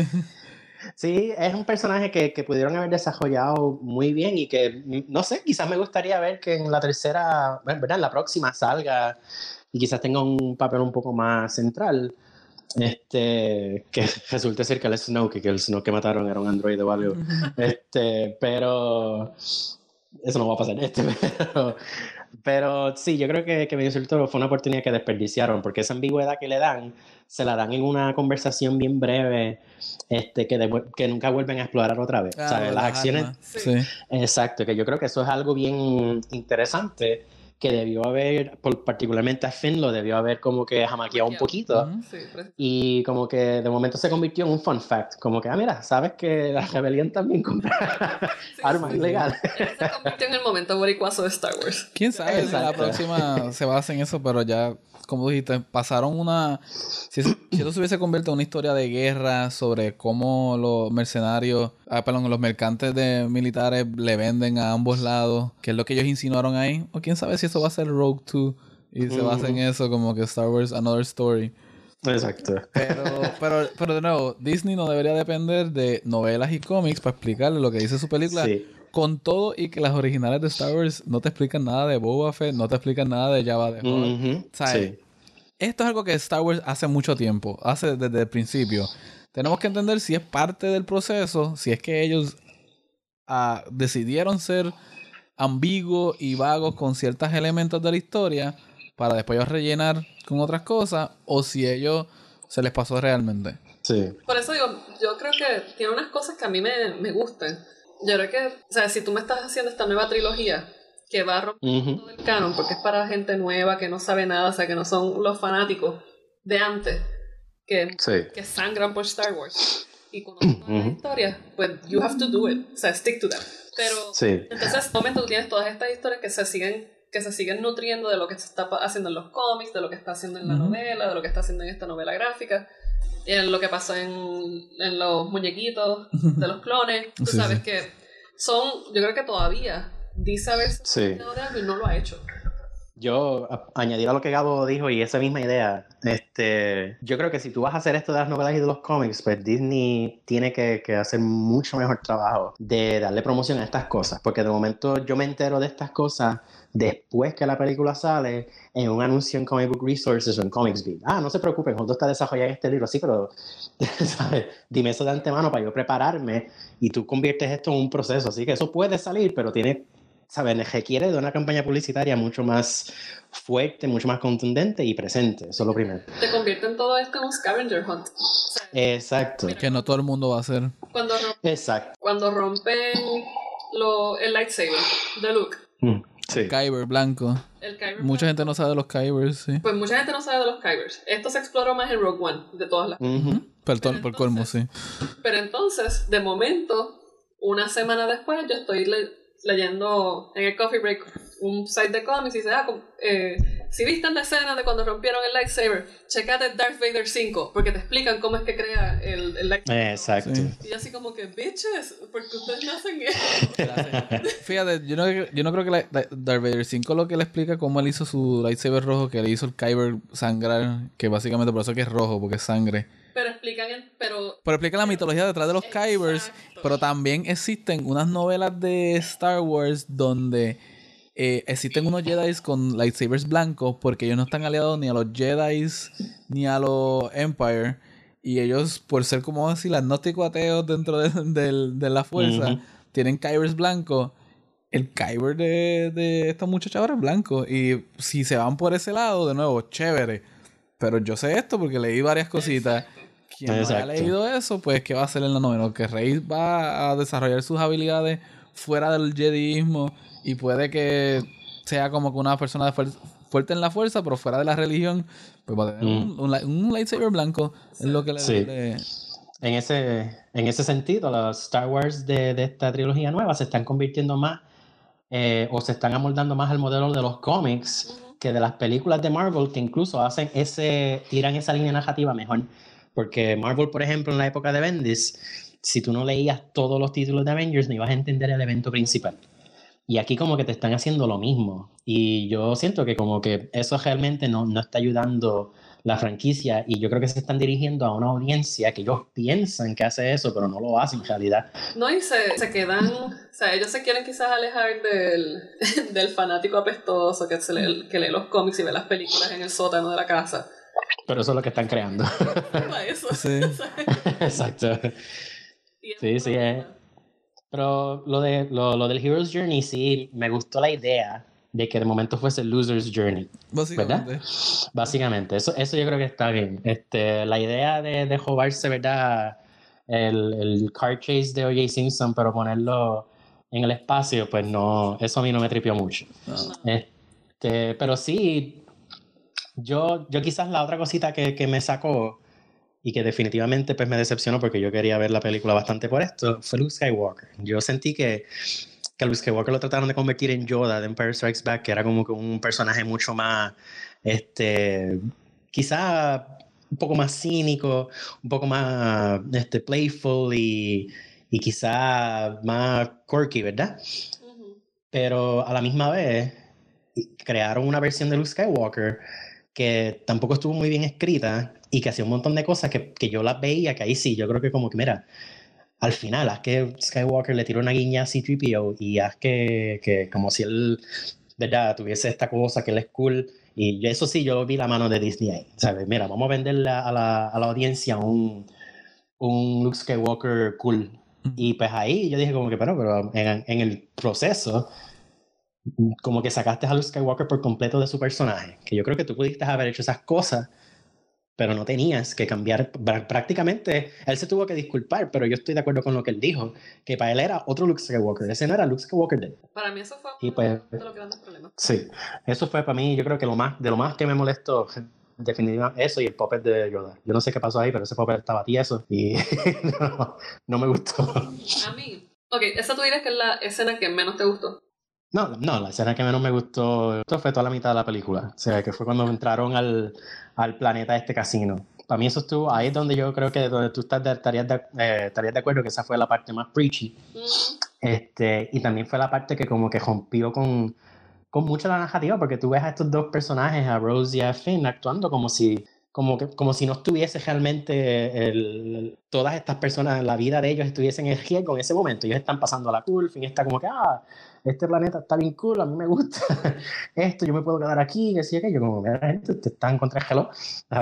Sí, es un personaje que, que pudieron haber desarrollado muy bien y que, no sé, quizás me gustaría ver que en la tercera, bueno, ¿verdad? En la próxima salga y quizás tenga un papel un poco más central. Este, que resulte ser que el Snoke, que el Snoke que mataron era un androide o algo. Este, pero eso no va a pasar este, pero, pero sí, yo creo que, que Benicio del Toro fue una oportunidad que desperdiciaron, porque esa ambigüedad que le dan, se la dan en una conversación bien breve, este, que, de, que nunca vuelven a explorar otra vez. Ah, ¿sabes? Las acciones. Sí. Exacto, que yo creo que eso es algo bien interesante, que debió haber, por, particularmente a Finn, lo debió haber como que jamaqueado un poquito. Uh-huh. Sí, y como que de momento se convirtió en un fun fact. Como que, ah, mira, sabes que la rebelión también compra sí, armas sí, ilegales. Sí. Se convirtió en el momento boricuazo de Star Wars. ¿Quién sabe si la próxima se basa en eso? Pero ya, como dijiste, pasaron una... Si, eso, si eso se hubiese convertido en una historia de guerra sobre cómo los mercenarios, ah, perdón, los mercantes de militares le venden a ambos lados, que es lo que ellos insinuaron ahí, o quién sabe si eso va a ser Rogue dos y uh-huh. se basa en eso, como que Star Wars Another Story. Exacto. Pero, pero, pero de nuevo, Disney no debería depender de novelas y cómics para explicarle lo que dice su película. Sí. Con todo y que las originales de Star Wars no te explican nada de Boba Fett, no te explican nada de Jabba the Hutt. Uh-huh. O sea, Sí. esto es algo que Star Wars hace mucho tiempo, hace desde el principio. Tenemos que entender si es parte del proceso, si es que ellos uh, decidieron ser ambiguos y vagos con ciertos elementos de la historia para después ellos rellenar con otras cosas, o si ellos se les pasó realmente. Sí. Por eso digo, yo creo que tiene unas cosas que a mí me, me gustan. Yo creo que, o sea, si tú me estás haciendo esta nueva trilogía que va a romper uh-huh. todo el canon, porque es para gente nueva que no sabe nada, o sea, que no son los fanáticos de antes, que, sí. que sangran por Star Wars y conocen uh-huh. la historia, pues you have to do it, o sea, stick to that. Pero sí. entonces, en momento tú tienes todas estas historias que se siguen que se siguen nutriendo de lo que se está haciendo en los cómics, de lo que está haciendo en la uh-huh. novela, de lo que está haciendo en esta novela gráfica, y en lo que pasó en, en los muñequitos de los clones. Tú sí, sabes sí. que son, yo creo que todavía dice haberse sí. de algo y no lo ha hecho. Yo, a, añadir a lo que Gabo dijo y esa misma idea, este, yo creo que si tú vas a hacer esto de las novelas y de los cómics, pues Disney tiene que, que hacer mucho mejor trabajo de darle promoción a estas cosas, porque de momento yo me entero de estas cosas después que la película sale en un anuncio en Comic Book Resources o en Comics Beat. Ah, no se preocupen, Holdo está desarrollando este libro, sí, pero ¿sabes? Dime eso de antemano para yo prepararme y tú conviertes esto en un proceso, así que eso puede salir, pero tiene, ¿sabes? Requiere de una campaña publicitaria mucho más fuerte, mucho más contundente y presente, eso es lo primero. Te convierte en todo esto en un scavenger hunt. O sea, exacto. Mira, que no todo el mundo va a hacer. Cuando rompen, exacto. Cuando rompen lo, el lightsaber de Luke. Mm. Sí. El Kyber blanco. El Kyber mucha blanco. gente no sabe de los Kybers, sí. Pues mucha gente no sabe de los Kybers. Esto se exploró más en Rogue One, de todas las. Uh-huh. Pero, pero por colmo, sí. Pero entonces, de momento, una semana después, yo estoy le- leyendo en el coffee break un site de cómics y dice, ah, eh, si viste la escena de cuando rompieron el lightsaber, checate Darth Vader cinco, porque te explican cómo es que crea el, el lightsaber. Exacto. Sí. Y así como que, bitches, porque ustedes no hacen eso. Fíjate, yo no, yo no creo que la, la, Darth Vader cinco lo que le explica cómo él hizo su lightsaber rojo, que le hizo el Kyber sangrar, que básicamente por eso que es rojo, porque es sangre. Pero explican el, pero... pero explican la mitología detrás de los Exacto. Kybers, pero también existen unas novelas de Star Wars donde eh, existen unos Jedi con lightsabers blancos porque ellos no están aliados ni a los Jedi ni a los Empire, y ellos, por ser como así, los agnósticos ateos dentro de, de, de la fuerza, uh-huh. tienen Kybers blancos. El Kyber de, de estos muchachos ahora es blanco, y si se van por ese lado, de nuevo, chévere. Pero yo sé esto porque leí varias cositas. Quien no haya leído eso, pues, ¿qué va a hacer en la novela? Que Rey va a desarrollar sus habilidades fuera del jedismo y puede que sea como que una persona de fuer- fuerte en la fuerza, pero fuera de la religión, pues va a tener mm. un, un, un lightsaber blanco. Sí. Es lo que le... Sí. le... En ese, en ese sentido, los Star Wars de, de esta trilogía nueva se están convirtiendo más eh, o se están amoldando más al modelo de los cómics uh-huh. que de las películas de Marvel, que incluso hacen ese, tiran esa línea narrativa mejor. Porque Marvel, por ejemplo, en la época de Bendis, si tú no leías todos los títulos de Avengers, no ibas a entender el evento principal. Y aquí como que te están haciendo lo mismo. Y yo siento que como que eso realmente no, no está ayudando la franquicia, y yo creo que se están dirigiendo a una audiencia que ellos piensan que hace eso, pero no lo hace en realidad. No, y se, se quedan, o sea, ellos se quieren quizás alejar del, del fanático apestoso que, se lee, que lee los cómics y ve las películas en el sótano de la casa. Pero eso es lo que están creando. Eso. Sí. Exacto. Sí, sí. Eh. Pero lo, de, lo, lo del Hero's Journey, sí, me gustó la idea de que de momento fuese el Loser's Journey. Básicamente. ¿Verdad? Básicamente. Eso, eso yo creo que está bien. Este, la idea de, de jobarse, ¿verdad? El, el car chase de O J Simpson, pero ponerlo en el espacio, pues no, eso a mí no me tripió mucho. No. Este, pero sí, yo, yo quizás la otra cosita que, que me sacó y que definitivamente pues me decepcionó, porque yo quería ver la película bastante por esto, fue Luke Skywalker. Yo sentí que que a Luke Skywalker lo trataron de convertir en Yoda de Empire Strikes Back, que era como que un personaje mucho más, este, quizá un poco más cínico, un poco más este, playful y, y quizá más quirky, ¿verdad? Uh-huh. Pero a la misma vez crearon una versión de Luke Skywalker que tampoco estuvo muy bien escrita y que hacía un montón de cosas que, que yo las veía, que ahí sí, yo creo que como que, mira, al final, haz que Skywalker le tire una guiña a C tres P O y haz que, que como si él, ¿verdad?, tuviese esta cosa que él es cool. Y eso sí, yo vi la mano de Disney ahí, ¿sabes? Mira, vamos a venderle a la, a la audiencia un, un Luke Skywalker cool. Y pues ahí yo dije como que, pero, pero en, en el proceso, como que sacaste a Luke Skywalker por completo de su personaje. Que yo creo que tú pudiste haber hecho esas cosas, pero no tenías que cambiar. Prácticamente, él se tuvo que disculpar, pero yo estoy de acuerdo con lo que él dijo, que para él era otro Luke Skywalker. Ese no era Luke Skywalker de él. Para mí eso fue Y uno pues, de los grandes problemas. Sí, eso fue para mí, yo creo que lo más, de lo más que me molestó, definitivamente eso y el puppet de Yoda. Yo no sé qué pasó ahí, pero ese puppet estaba tieso y no, no me gustó. A mí, ok, esa tú dirías que es la escena que menos te gustó. No, no, la escena que menos me gustó, esto fue toda la mitad de la película. O sea, que fue cuando entraron al, al planeta este casino. Para mí eso estuvo, ahí es donde yo creo que donde tú estás de, estarías, de, eh, estarías de acuerdo que esa fue la parte más preachy. Mm. Este, y también fue la parte que como que rompió con, con mucha la narrativa, porque tú ves a estos dos personajes, a Rose y a Finn, actuando como si, como que, como si no estuviese realmente el, el, todas estas personas, la vida de ellos estuviesen en riesgo en ese momento. Ellos están pasando la cool, Finn está como que, ah, este planeta está bien cool, a mí me gusta esto, yo me puedo quedar aquí, que sí, aquello, como, mira, gente, te están contra el gelo.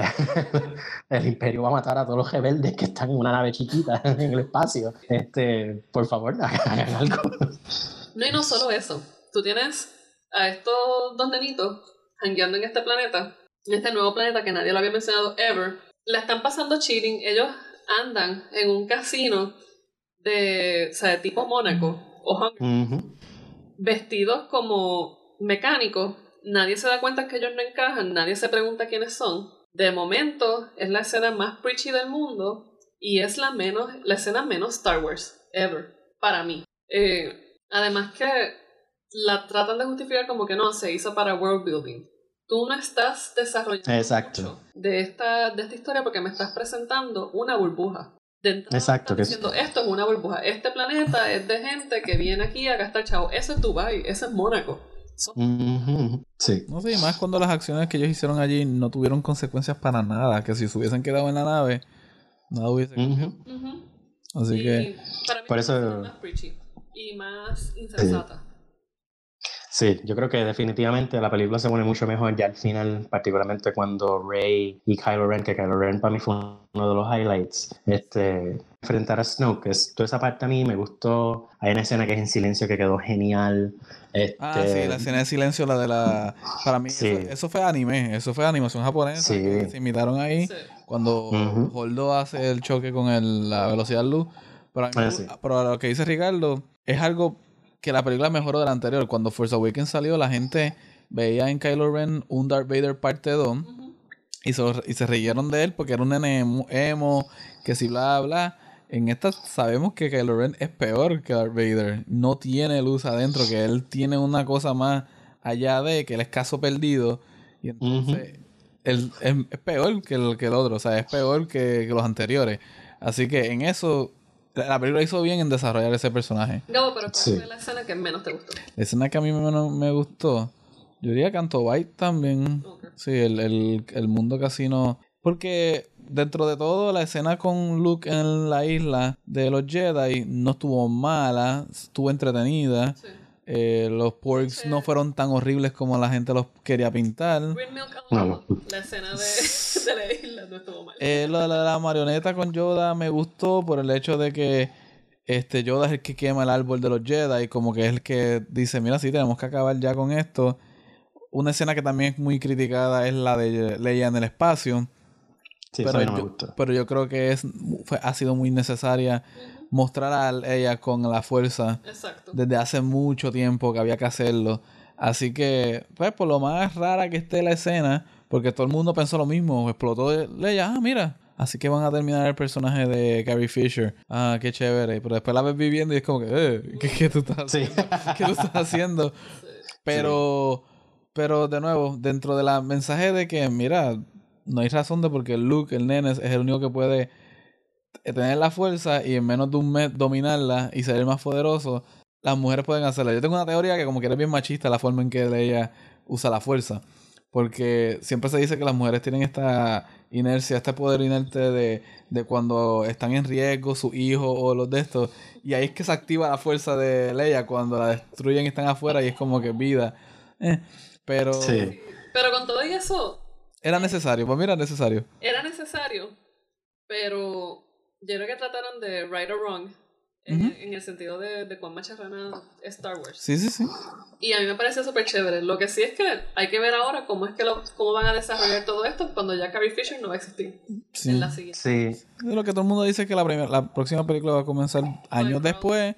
El Imperio va a matar a todos los rebeldes que están en una nave chiquita en el espacio. Este, por favor, hagan algo. No, y no solo eso. Tú tienes a estos dos nenitos hangueando en este planeta, en este nuevo planeta que nadie lo había mencionado ever. La están pasando chilling, ellos andan en un casino de, o sea, de tipo Mónaco o Hunger, uh-huh. vestidos como mecánicos. Nadie se da cuenta que ellos no encajan, nadie se pregunta quiénes son. De momento es la escena más preachy del mundo y es la menos la escena menos Star Wars ever para mí. Eh, además que la tratan de justificar como que no, se hizo para world building. Tú no estás desarrollando Exacto. mucho de esta, de esta historia porque me estás presentando una burbuja. De Exacto. Estás diciendo, esto es una burbuja. Este planeta es de gente que viene aquí a gastar chavo. Eso es Dubai, eso es Mónaco. So- mm-hmm. Sí. No sé, más cuando las acciones que ellos hicieron allí no tuvieron consecuencias para nada. Que si se hubiesen quedado en la nave, nada hubiese cambiado. Mm-hmm. Uh-huh. Así y que... para mí por eso... es más preachy y más insensata. Sí. Sí, yo creo que definitivamente la película se pone mucho mejor ya al final, particularmente cuando Rey y Kylo Ren, que Kylo Ren para mí fue uno de los highlights, este, enfrentar a Snoke, que es, toda esa parte a mí me gustó. Hay una escena que es en silencio que quedó genial. Este, ah, sí, la escena de silencio, la de la... Para mí, sí. eso, eso fue anime, eso fue animación japonesa, sí. que se imitaron ahí, sí. cuando uh-huh. Holdo hace el choque con el, la velocidad luz. Pero, a mí, ah, sí. pero lo que dice Ricardo es algo... que la película mejoró de la anterior. Cuando Force Awakens salió, la gente veía en Kylo Ren un Darth Vader parte dos uh-huh. y, se, y se reyeron de él porque era un nene emo, que si bla bla. En esta sabemos que Kylo Ren es peor que Darth Vader. No tiene luz adentro, que él tiene una cosa más allá de que él es caso perdido. Y entonces uh-huh. él es, es peor que el, que el otro. O sea, es peor que, que los anteriores. Así que en eso... la película hizo bien en desarrollar ese personaje. Gabo, pero ¿cuál sí. fue la escena que menos te gustó? La escena que a mí menos me gustó, yo diría Canto Bight también. Okay. Sí, el, el, el mundo casino. Porque dentro de todo, la escena con Luke en la isla de los Jedi no estuvo mala, estuvo entretenida. Sí. Eh, los porks sí. no fueron tan horribles como la gente los quería pintar. Green Milk no. La escena de, de la isla no estuvo mal. Eh, lo de la, la marioneta con Yoda me gustó por el hecho de que este Yoda es el que quema el árbol de los Jedi y como que es el que dice, mira, sí, tenemos que acabar ya con esto. Una escena que también es muy criticada es la de Leia en el espacio. Sí, pero, no me yo, gusta. pero yo creo que es fue, ha sido muy necesaria uh-huh. mostrar a ella con la fuerza. Exacto. Desde hace mucho tiempo que había que hacerlo. Así que, pues, por lo más rara que esté la escena, porque todo el mundo pensó lo mismo, explotó Leia, ah, mira, así que van a terminar el personaje de Carrie Fisher. Ah, qué chévere. Pero después la ves viviendo y es como que, eh, ¿qué, qué tú estás haciendo? Sí. ¿Qué tú estás haciendo? Sí. Pero, pero, de nuevo, dentro del mensaje de que, mira... no hay razón de por qué Luke, el nene, es el único que puede tener la fuerza y en menos de un mes dominarla y ser el más poderoso. Las mujeres pueden hacerlo. Yo tengo una teoría que como que es bien machista la forma en que ella usa la fuerza. Porque siempre se dice que las mujeres tienen esta inercia, este poder inerte de, de cuando están en riesgo sus hijos o los de estos. Y ahí es que se activa la fuerza de Leia cuando la destruyen y están afuera y es como que vida. Eh, pero Sí. Pero con todo y eso, era necesario, pues mira, necesario. era necesario, pero yo creo que trataron de right or wrong en, Ujú. en el sentido de, de cuán macharrana es Star Wars. Sí, sí, sí. Y a mí me parece súper chévere. Lo que sí es que hay que ver ahora cómo es que lo, cómo van a desarrollar todo esto cuando ya Carrie Fisher no va a existir Sí. en la siguiente. Sí. De lo que todo el mundo dice que la, primer- la próxima película va a comenzar años después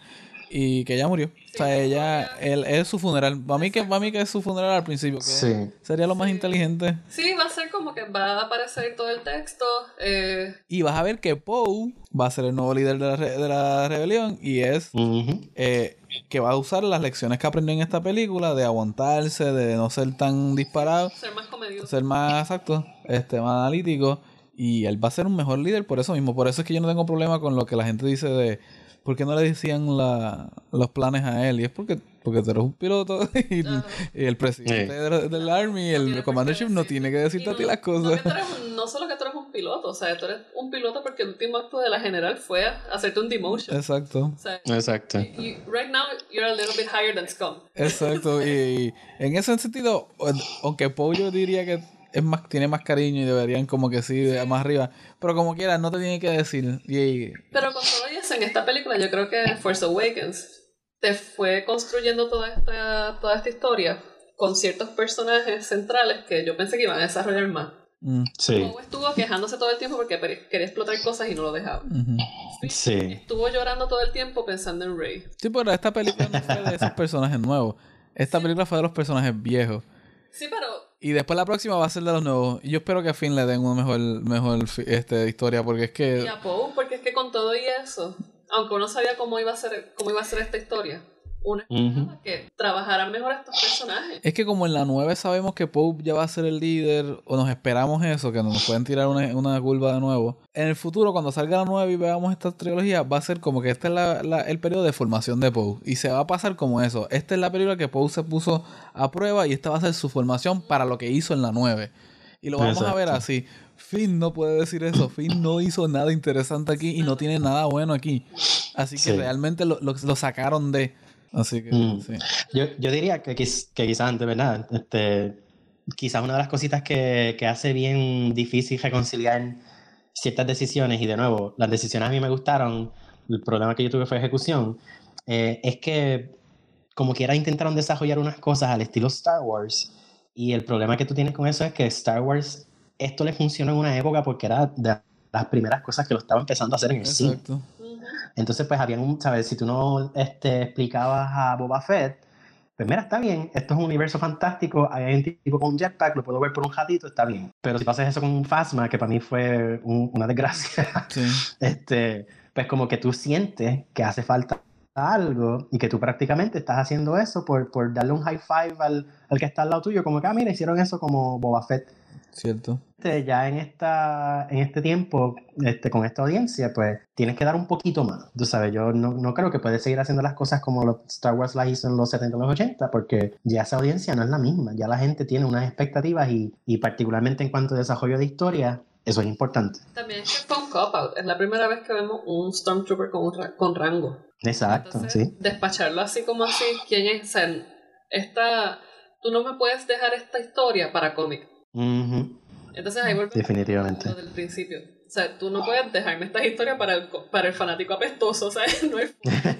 y que ella murió. Sí, o sea, que ella, ya- él, es su funeral. Para mí, que, para mí que es su funeral al principio. Que Sí. sería lo más Sí. inteligente. Sí, va a ser como que va a aparecer todo el texto. Eh, Y vas a ver que Poe va a ser el nuevo líder de la, re- de la rebelión y es Ujú. eh, que va a usar las lecciones que aprendió en esta película de aguantarse, de no ser tan disparado, ser más comedioso. ser más exacto, este, más analítico. Y él va a ser un mejor líder por eso mismo. Por eso es que yo no tengo problema con lo que la gente dice de ¿por qué no le decían la, los planes a él? Y es porque, porque tú eres un piloto y, Ajá. y el presidente Sí. del, del Army, No el tiene por Commander qué Chief, no decirte. tiene que decirte Y a ti no- las No, cosas. que tú eres un- no solo que tú eres un piloto, o sea, tú eres un piloto porque el último acto de la general fue hacerte un demotion. Exacto. O sea, Exacto. you- you- right now you're a little bit higher than Scum. Exacto, y, y en ese sentido, aunque Poe yo diría que es más, tiene más cariño y deberían como que sí, más arriba, pero como quiera, no te tiene que decir. Y, y- Pero con todo eso, en esta película, yo creo que Force Awakens te fue construyendo toda esta, toda esta historia con ciertos personajes centrales que yo pensé que iban a desarrollar más. mm, Sí. Poe estuvo quejándose todo el tiempo porque pe- quería explotar cosas y no lo dejaba. ujú. Sí. Estuvo llorando todo el tiempo pensando en Rey. Sí, pero esta película no fue de esos personajes nuevos. Esta película fue de los personajes viejos. Sí, pero Y después la próxima va a ser de los nuevos. Y yo espero que a Finn le den una mejor, mejor fi- este, historia, porque es que... y a Poe, porque es que con todo y eso, aunque uno sabía cómo iba a ser, cómo iba a ser esta historia, uno esperaba Ujú. que trabajaran mejor estos personajes. Es que como en la nueve sabemos que Pope ya va a ser el líder, o nos esperamos eso, que nos pueden tirar una, una curva de nuevo. En el futuro, cuando salga la nueve y veamos esta trilogía, va a ser como que este es la, la- el periodo de formación de Poe. Y se va a pasar como eso. Esta es la película que Poe se puso a prueba y esta va a ser su formación para lo que hizo en la nueve. Y lo vamos a ver Exacto. así. Finn no puede decir eso. Finn no hizo nada interesante aquí y no tiene nada bueno aquí. Así que Sí. realmente lo, lo, lo sacaron de... Así que, Mm. sí. Yo, yo diría que, quiz- que quizás antes, ¿verdad? Este, quizás una de las cositas que, que hace bien difícil reconciliar ciertas decisiones, y de nuevo, las decisiones a mí me gustaron, el problema que yo tuve fue ejecución, eh, es que como quiera intentaron desarrollar unas cosas al estilo Star Wars, y el problema que tú tienes con eso es que Star Wars, esto le funcionó en una época porque era de las primeras cosas que lo estaba empezando a hacer en el cine. Exacto. Ujú. Entonces, pues habían un, ¿sabes? Si tú no este, explicabas a Boba Fett, pues mira, está bien, esto es un universo fantástico, hay un tipo con un jetpack, lo puedo ver por un ratito, está bien. Pero si pasas eso con un Phasma, que para mí fue un- una desgracia, Sí. este, pues como que tú sientes que hace falta algo y que tú prácticamente estás haciendo eso por, por darle un high five al, al que está al lado tuyo, como que, ah, mira, hicieron eso como Boba Fett. Cierto. Este, ya en, esta, en este tiempo, este, con esta audiencia, pues tienes que dar un poquito más. Tú sabes, yo no, no creo que puedes seguir haciendo las cosas como los Star Wars las hizo en los setenta y los ochenta, porque ya esa audiencia no es la misma. Ya la gente tiene unas expectativas y, y particularmente en cuanto a desarrollo de historia, eso es importante. También es que fue un cop-out. Es la primera vez que vemos un Stormtrooper con, un ra- con rango. Exacto, Entonces, sí. despacharlo así como así, ¿quién es? O sea, esta, tú no me puedes dejar esta historia para cómic. Ujú. Entonces ahí volvemos Definitivamente. a lo del principio. O sea, tú no puedes dejarme estas historias para el, co- para el fanático apestoso, o sea, no hay...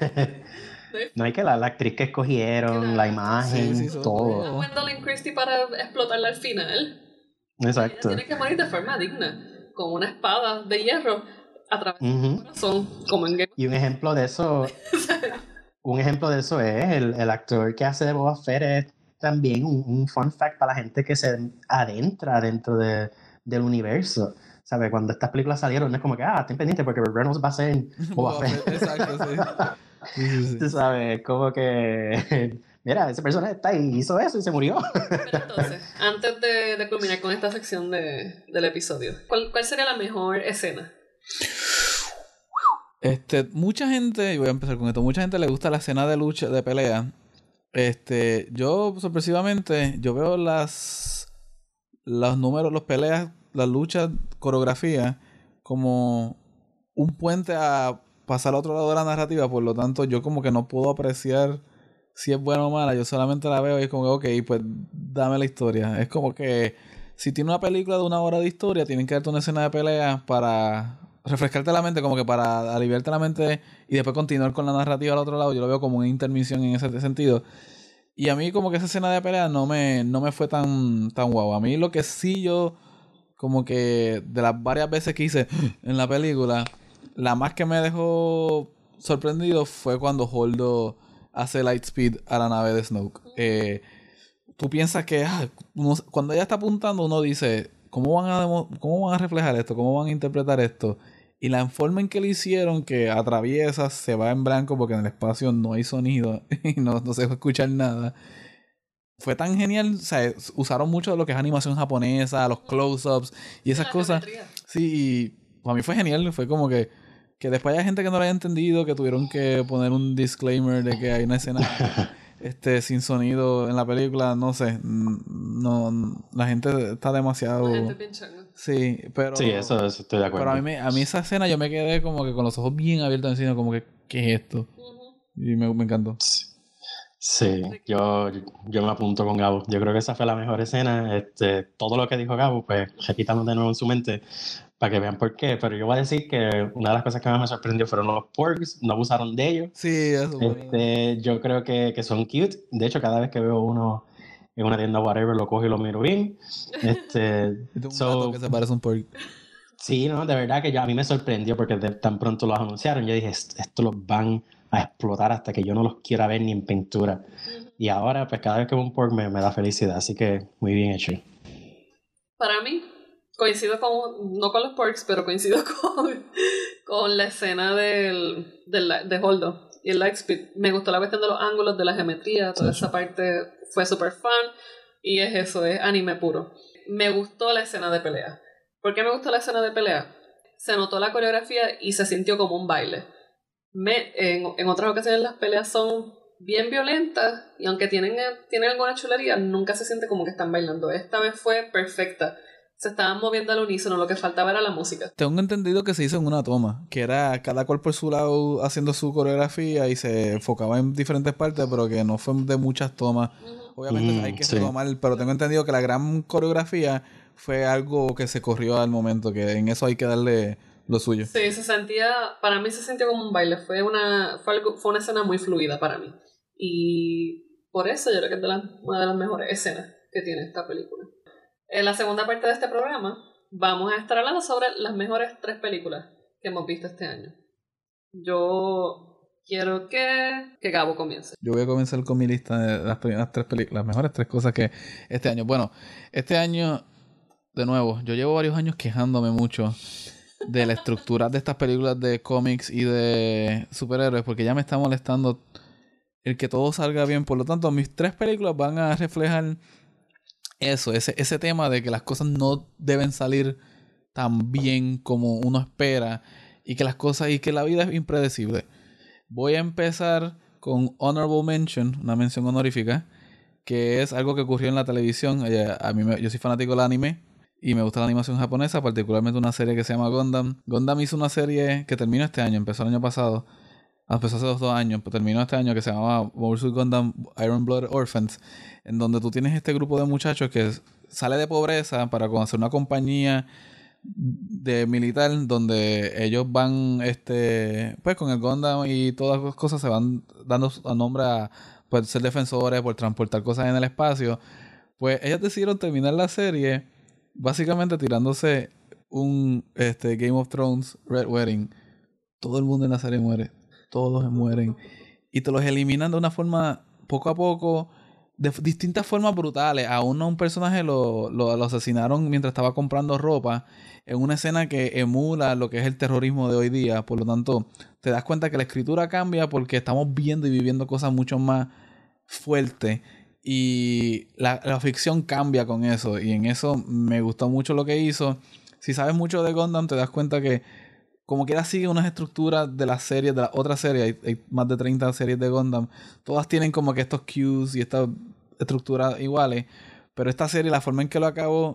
No hay que la, la actriz que escogieron, Claro. la imagen, Sí, sí, son todo. a Gwendolyn Christie para explotarla al final. Exacto. Ella tiene que morir de forma digna, con una espada de hierro atravesando Ujú. el corazón, como en Game Y un ejemplo de eso, un ejemplo de eso es el, el actor que hace de Boba Fett es también un, un fun fact para la gente que se adentra dentro de, del universo. ¿Sabes? Cuando estas películas salieron, no es como que, ah, estén pendientes porque Burt Reynolds va a ser Boba, Boba Fett. Fett, exacto, sí. Sí, sí, sí. Tú sabes, como que, mira, ese personaje está ahí, hizo eso y se murió. Pero entonces, antes de, de culminar con esta sección de, del episodio, ¿cuál, ¿cuál sería la mejor escena? Este, mucha gente, y voy a empezar con esto, mucha gente le gusta la escena de lucha, de pelea. Este, yo sorpresivamente, yo veo las los números, los peleas, las luchas, coreografía, como un puente a pasar al otro lado de la narrativa. Por lo tanto, yo como que no puedo apreciar si es buena o mala. Yo solamente la veo y es como que, ok, pues dame la historia. Es como que si tiene una película de una hora de historia, tienen que darte una escena de pelea para refrescarte la mente, como que para aliviarte la mente y después continuar con la narrativa al otro lado. Yo lo veo como una intermisión en ese sentido. Y a mí como que esa escena de pelea no me, no me fue tan, tan guau. A mí lo que sí yo, como que de las varias veces que hice en la película, la más que me dejó sorprendido fue cuando Holdo hace Lightspeed a la nave de Snoke. Eh, tú piensas que ah, uno, cuando ella está apuntando uno dice, ¿cómo van, a demo, ¿cómo van a reflejar esto? ¿Cómo van a interpretar esto? Y la forma en que lo hicieron, que atraviesa, se va en blanco porque en el espacio no hay sonido y no, no se va a escuchar nada. Fue tan genial, o sea, usaron mucho de lo que es animación japonesa, los close-ups y esas cosas. Sí, y para mí fue genial, fue como que que después hay gente que no lo haya entendido, que tuvieron que poner un disclaimer de que hay una escena este sin sonido en la película, no sé, no, la gente está demasiado... La gente bien changa. Sí, pero... Sí, eso, eso estoy de acuerdo. Pero a mí, me, a mí esa escena yo me quedé como que con los ojos bien abiertos encima, como que, ¿qué es esto? Uh-huh. Y me, me encantó. Sí, sí yo, yo me apunto con Gabo. Yo creo que esa fue la mejor escena. Este, todo lo que dijo Gabo, pues repítalo de nuevo en su mente para que vean por qué. Pero yo voy a decir que una de las cosas que más me sorprendió fueron los porgs. No abusaron de ellos. Sí, eso. Este, yo creo que, que son cute. De hecho, cada vez que veo uno en una tienda whatever, lo cojo y lo miro bien. Este, un so, gato que se parece a un porg. Sí, no, de verdad que ya a mí me sorprendió porque de, tan pronto los anunciaron. Yo dije, esto los van a explotar hasta que yo no los quiera ver ni en pintura. Uh-huh. Y ahora, pues cada vez que veo un porg me, me da felicidad. Así que muy bien hecho. Para mí, coincido con, no con los porgs, pero coincido con, con la escena del, del, de Holdo y el Lightspeed. Me gustó la cuestión de los ángulos, de la geometría, toda sí, esa sí. parte fue súper fun. Y es eso, es anime puro. Me gustó la escena de pelea. ¿Por qué me gustó la escena de pelea? Se notó la coreografía y se sintió como un baile. Me, en, en otras ocasiones las peleas son bien violentas y aunque tienen, tienen alguna chulería, nunca se siente como que están bailando. Esta vez fue perfecta. Se estaban moviendo al unísono, lo que faltaba era la música. Tengo entendido que se hizo en una toma, que era cada cual por su lado haciendo su coreografía y se enfocaba en diferentes partes, pero que no fue de muchas tomas. Uh-huh. Obviamente mm, hay que sí. retomar, pero tengo entendido que la gran coreografía fue algo que se corrió al momento, que en eso hay que darle lo suyo. Sí, se sentía, para mí se sintió como un baile, fue una, fue algo, fue una escena muy fluida para mí. Y por eso yo creo que es de la, una de las mejores escenas que tiene esta película. En la segunda parte de este programa vamos a estar hablando sobre las mejores tres películas que hemos visto este año. Yo quiero que, que Gabo comience. Yo voy a comenzar con mi lista de las primeras tres películas, las mejores tres cosas que este año. Bueno, este año, de nuevo, yo llevo varios años quejándome mucho de la estructura de estas películas de cómics y de superhéroes, porque ya me está molestando el que todo salga bien. Por lo tanto, mis tres películas van a reflejar eso, ese, ese tema de que las cosas no deben salir tan bien como uno espera y que las cosas y que la vida es impredecible. Voy a empezar con Honorable Mention, una mención honorífica, que es algo que ocurrió en la televisión. A mí me, yo soy fanático del anime y me gusta la animación japonesa, particularmente una serie que se llama Gundam. Gundam hizo una serie que terminó este año, empezó el año pasado, empezó hace dos, dos años, pero terminó este año, que se llamaba Mobile Suit Gundam Iron Blood Orphans, en donde tú tienes este grupo de muchachos que sale de pobreza para hacer una compañía de militar donde ellos van este pues con el Gundam y todas las cosas se van dando a nombre a pues, ser defensores por transportar cosas en el espacio. Pues ellos decidieron terminar la serie básicamente tirándose un este Game of Thrones Red Wedding. Todo el mundo en la serie muere, todos mueren y te los eliminan de una forma poco a poco, de distintas formas brutales. A uno, un personaje lo, lo, lo asesinaron mientras estaba comprando ropa en una escena que emula lo que es el terrorismo de hoy día. Por lo tanto, te das cuenta que la escritura cambia porque estamos viendo y viviendo cosas mucho más fuertes y la, la ficción cambia con eso, y en eso me gustó mucho lo que hizo. Si sabes mucho de Gundam, te das cuenta que como quiera sigue unas estructuras de las series, de las otras series, hay, hay más de treinta series de Gundam, todas tienen como que estos cues y estas estructuras iguales, pero esta serie, la forma en que lo acabó,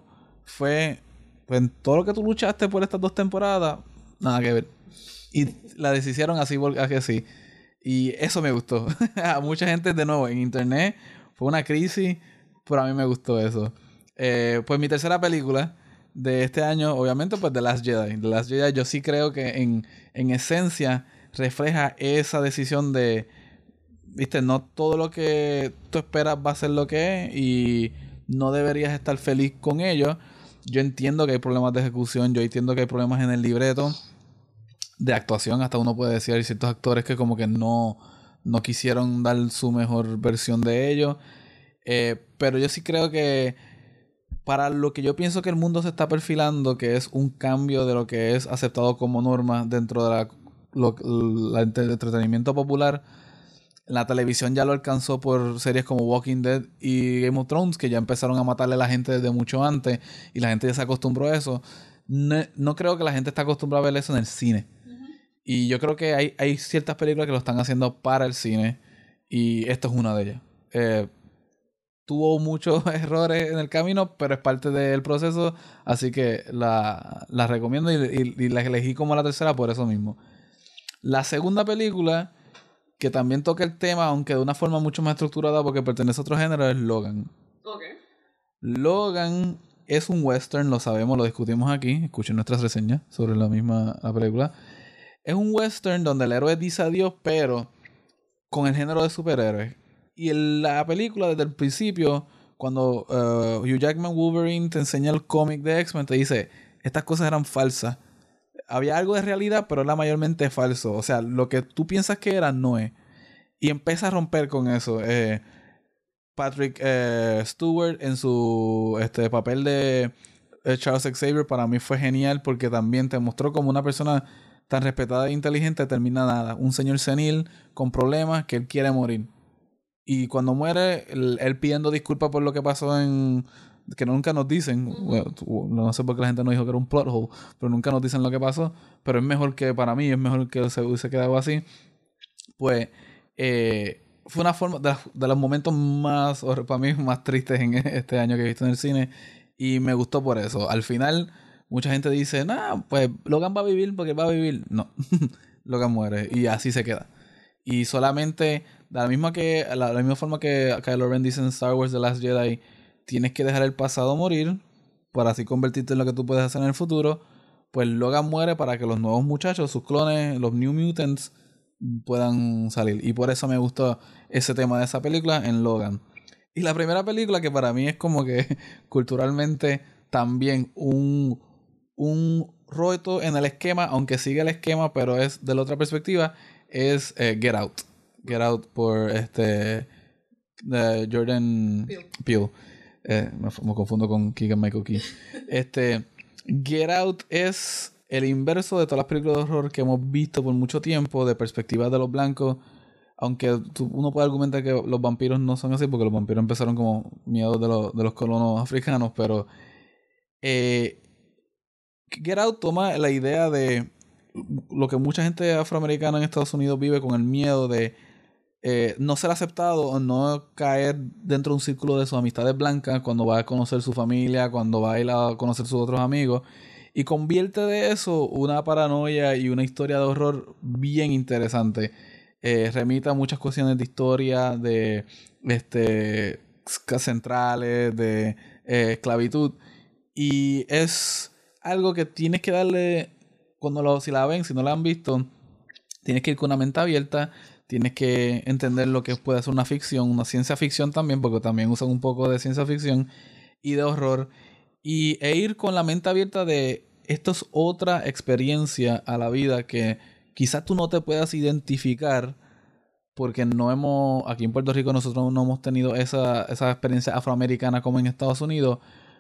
fue, pues todo lo que tú luchaste por estas dos temporadas, nada que ver. Y la deshicieron así porque sí. Y eso me gustó. A mucha gente, de nuevo, en internet fue una crisis, pero a mí me gustó eso. Eh, pues mi tercera película de este año, obviamente, pues The Last Jedi. The Last Jedi yo sí creo que en, en esencia refleja esa decisión de, viste, no todo lo que tú esperas va a ser lo que es y no deberías estar feliz con ello. Yo entiendo que hay problemas de ejecución, yo entiendo que hay problemas en el libreto, de actuación, hasta uno puede decir, hay ciertos actores que como que no, no quisieron dar su mejor versión de ellos. Eh, pero yo sí creo que para lo que yo pienso que el mundo se está perfilando, que es un cambio de lo que es aceptado como norma dentro de la, lo, la, el entretenimiento popular, la televisión ya lo alcanzó por series como Walking Dead y Game of Thrones, que ya empezaron a matarle a la gente desde mucho antes y la gente ya se acostumbró a eso. No, no creo que la gente está acostumbrada a ver eso en el cine. Y yo creo que hay, hay ciertas películas que lo están haciendo para el cine. Y esto es una de ellas. Eh, tuvo muchos errores en el camino, pero es parte del proceso. Así que la, la recomiendo y, y, y la elegí como la tercera por eso mismo. La segunda película, que también toca el tema, aunque de una forma mucho más estructurada porque pertenece a otro género, es Logan. Okay. Logan es un western, lo sabemos, lo discutimos aquí. Escuchen nuestras reseñas sobre la misma la película. Es un western donde el héroe dice adiós, pero con el género de superhéroes. Y en la película, desde el principio, cuando uh, Hugh Jackman Wolverine te enseña el cómic de X-Men, te dice, estas cosas eran falsas. Había algo de realidad, pero era mayormente falso. O sea, lo que tú piensas que era, no es. Y empieza a romper con eso. Eh, Patrick eh, Stewart en su este, papel de eh, Charles Xavier para mí fue genial porque también te mostró como una persona tan respetada e inteligente termina nada. Un señor senil con problemas que él quiere morir. Y cuando muere, él, él pidiendo disculpas por lo que pasó en... que nunca nos dicen. Uh-huh. Bueno, no sé por qué la gente no dijo que era un plot hole, pero nunca nos dicen lo que pasó. Pero es mejor que, para mí, es mejor que se hubiese quedado así. Pues, eh, fue una forma de, de los momentos más, para mí, más tristes en este año que he visto en el cine. Y me gustó por eso. Al final... mucha gente dice, nah, pues Logan va a vivir porque va a vivir. No, Logan muere y así se queda. Y solamente, de la misma, que, la, la misma forma que Kylo Ren dice en Star Wars The Last Jedi, tienes que dejar el pasado morir para así convertirte en lo que tú puedes hacer en el futuro. Pues Logan muere para que los nuevos muchachos, sus clones, los New Mutants, puedan salir. Y por eso me gustó ese tema de esa película en Logan. Y la primera película que para mí es como que culturalmente también un... un roto en el esquema, aunque sigue el esquema, pero es de la otra perspectiva, es eh, Get Out. Get Out por este de Jordan Peele. Peele. Eh, me, me confundo con Keegan Michael Key. Este, Get Out es el inverso de todas las películas de horror que hemos visto por mucho tiempo, de perspectiva de los blancos. Aunque tú, uno puede argumentar que los vampiros no son así, porque los vampiros empezaron como miedos de, lo, de los colonos africanos, pero eh, Get Out toma la idea de lo que mucha gente afroamericana en Estados Unidos vive con el miedo de eh, no ser aceptado o no caer dentro de un círculo de sus amistades blancas cuando va a conocer su familia, cuando va a ir a conocer sus otros amigos, y convierte de eso una paranoia y una historia de horror bien interesante. Eh, remite a muchas cuestiones de historia, de este, centrales, de eh, esclavitud, y es algo que tienes que darle, cuando lo, si la ven, si no la han visto, tienes que ir con una mente abierta, tienes que entender lo que puede ser una ficción, una ciencia ficción también, porque también usan un poco de ciencia ficción y de horror, y, e ir con la mente abierta de esto es otra experiencia a la vida que quizás tú no te puedas identificar porque no hemos, aquí en Puerto Rico nosotros no hemos tenido esa, esa experiencia afroamericana como en Estados Unidos,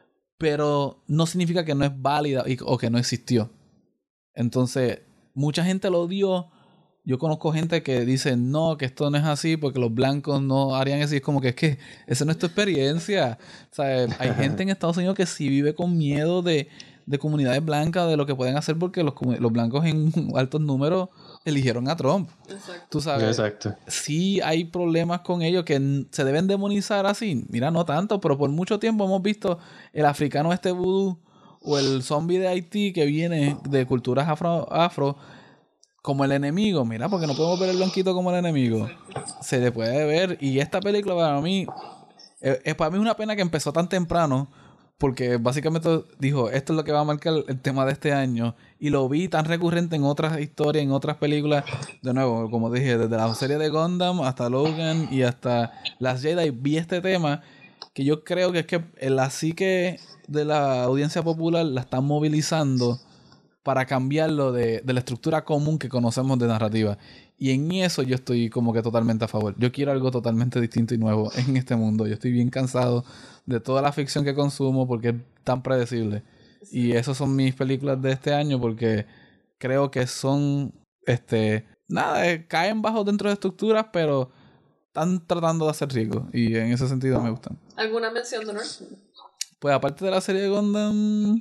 pero no significa que no es válida y, o que no existió. Entonces, mucha gente lo odió. Yo conozco gente que dice, no, que esto no es así porque los blancos no harían eso. Y es como que es que esa no es tu experiencia. O sea, hay gente en Estados Unidos que sí vive con miedo de, de comunidades blancas, de lo que pueden hacer, porque los, los blancos en altos números eligieron a Trump. Exacto. Tú sabes, Exacto. sí hay problemas con ellos que se deben demonizar así. Mira, no tanto, pero por mucho tiempo hemos visto el africano este vudú o el zombie de Haití que viene de culturas afro, afro como el enemigo. Mira, porque no podemos ver el blanquito como el enemigo. Se le puede ver. Y esta película para mí, es, es para mí una pena que empezó tan temprano, porque básicamente dijo, esto es lo que va a marcar el tema de este año. Y lo vi tan recurrente en otras historias, en otras películas. De nuevo, como dije, desde la serie de Gundam hasta Logan y hasta las Jedi, vi este tema que yo creo que es que la psique de la audiencia popular la están movilizando para cambiarlo de, de la estructura común que conocemos de narrativa. Y en eso yo estoy como que totalmente a favor. Yo quiero algo totalmente distinto y nuevo en este mundo. Yo estoy bien cansado de toda la ficción que consumo porque es tan predecible. Sí. Y esas son mis películas de este año porque creo que son, este, nada, eh, caen bajo dentro de estructuras, pero están tratando de hacer ricos. Y en ese sentido me gustan. ¿Alguna mención de honor? Pues aparte de la serie de Gundam,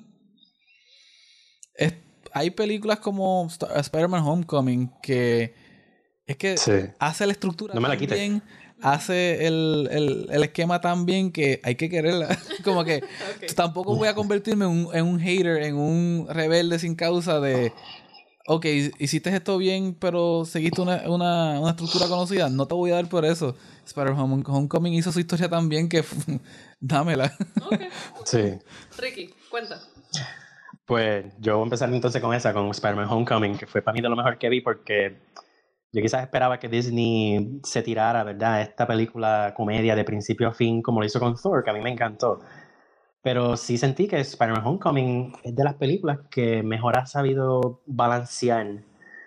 es, hay películas como Star- Spider-Man Homecoming que es que sí. hace la estructura no me la tan quites. bien, hace el, el, el esquema tan bien que hay que quererla. Como que okay. Tampoco voy a convertirme en un, en un hater, en un rebelde sin causa de ok, hiciste esto bien, pero seguiste una, una, una estructura conocida. No te voy a dar por eso. Spider-Man Homecoming hizo su historia tan bien que dámela. Okay. Sí. Ricky, cuenta. Pues yo voy a empezar entonces con esa, con Spider-Man Homecoming, que fue para mí de lo mejor que vi porque yo quizás esperaba que Disney se tirara, ¿verdad? Esta película comedia de principio a fin, como lo hizo con Thor, que a mí me encantó. Pero sí sentí que Spider-Man Homecoming es de las películas que mejor ha sabido balancear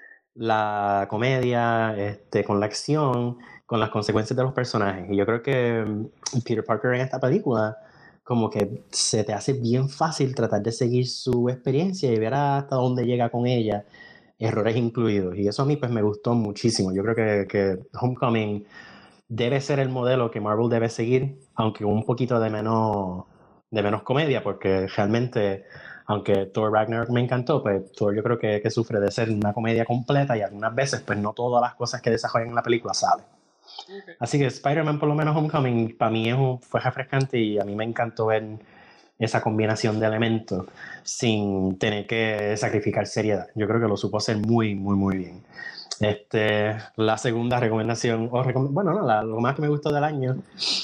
la comedia este, con la acción, con las consecuencias de los personajes. Y yo creo que Peter Parker en esta película como que se te hace bien fácil tratar de seguir su experiencia y ver hasta dónde llega con ella, errores incluidos. Y eso a mí pues me gustó muchísimo. Yo creo que, que Homecoming debe ser el modelo que Marvel debe seguir, aunque un poquito de menos, de menos comedia, porque realmente, aunque Thor Ragnarok me encantó, pues Thor yo creo que, que sufre de ser una comedia completa y algunas veces pues no todas las cosas que desarrollan en la película salen. Okay. Así que Spider-Man, por lo menos Homecoming, para mí es un, fue refrescante y a mí me encantó ver esa combinación de elementos sin tener que sacrificar seriedad. Yo creo que lo supo hacer muy, muy, muy bien. Este, la segunda recomendación, o recom bueno, no, la, lo más que me gustó del año,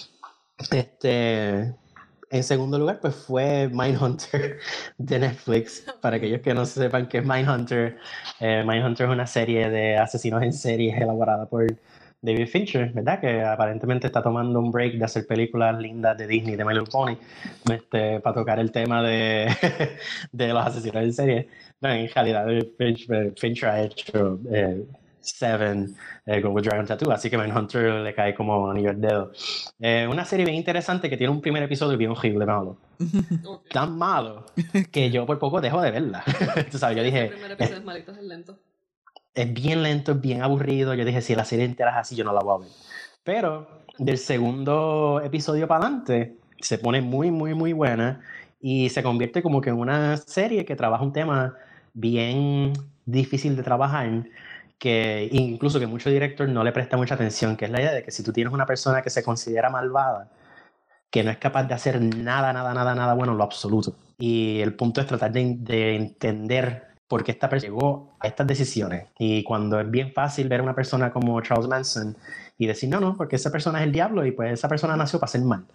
este, en segundo lugar, pues fue Mindhunter de Netflix. Para aquellos que no sepan qué es Mindhunter, eh, Mindhunter es una serie de asesinos en serie elaborada por David Fincher, ¿verdad? Que aparentemente está tomando un break de hacer películas lindas de Disney, de My Little Pony, este, para tocar el tema de, de los asesinos en serie. No, en realidad, Fincher, Fincher ha hecho eh, Seven, eh, con With Dragon Tattoo, así que Mindhunter le cae como anillo al dedo. Eh, una serie bien interesante que tiene un primer episodio bien horrible, malo. Okay. Tan malo que yo por poco dejo de verla. Tú sabes, yo dije... El primer episodio es malito, es lento. Es bien lento, es bien aburrido. Yo dije, si la serie entera es así, yo no la voy a ver. Pero del segundo episodio para adelante, se pone muy, muy, muy buena y se convierte como que en una serie que trabaja un tema bien difícil de trabajar, que incluso que mucho director no le presta mucha atención, que es la idea de que si tú tienes una persona que se considera malvada, que no es capaz de hacer nada, nada, nada, nada bueno en lo absoluto. Y el punto es tratar de, de entender por qué esta persona llegó a estas decisiones. Y cuando es bien fácil ver a una persona como Charles Manson y decir, no, no, porque esa persona es el diablo y pues esa persona nació para hacer mal.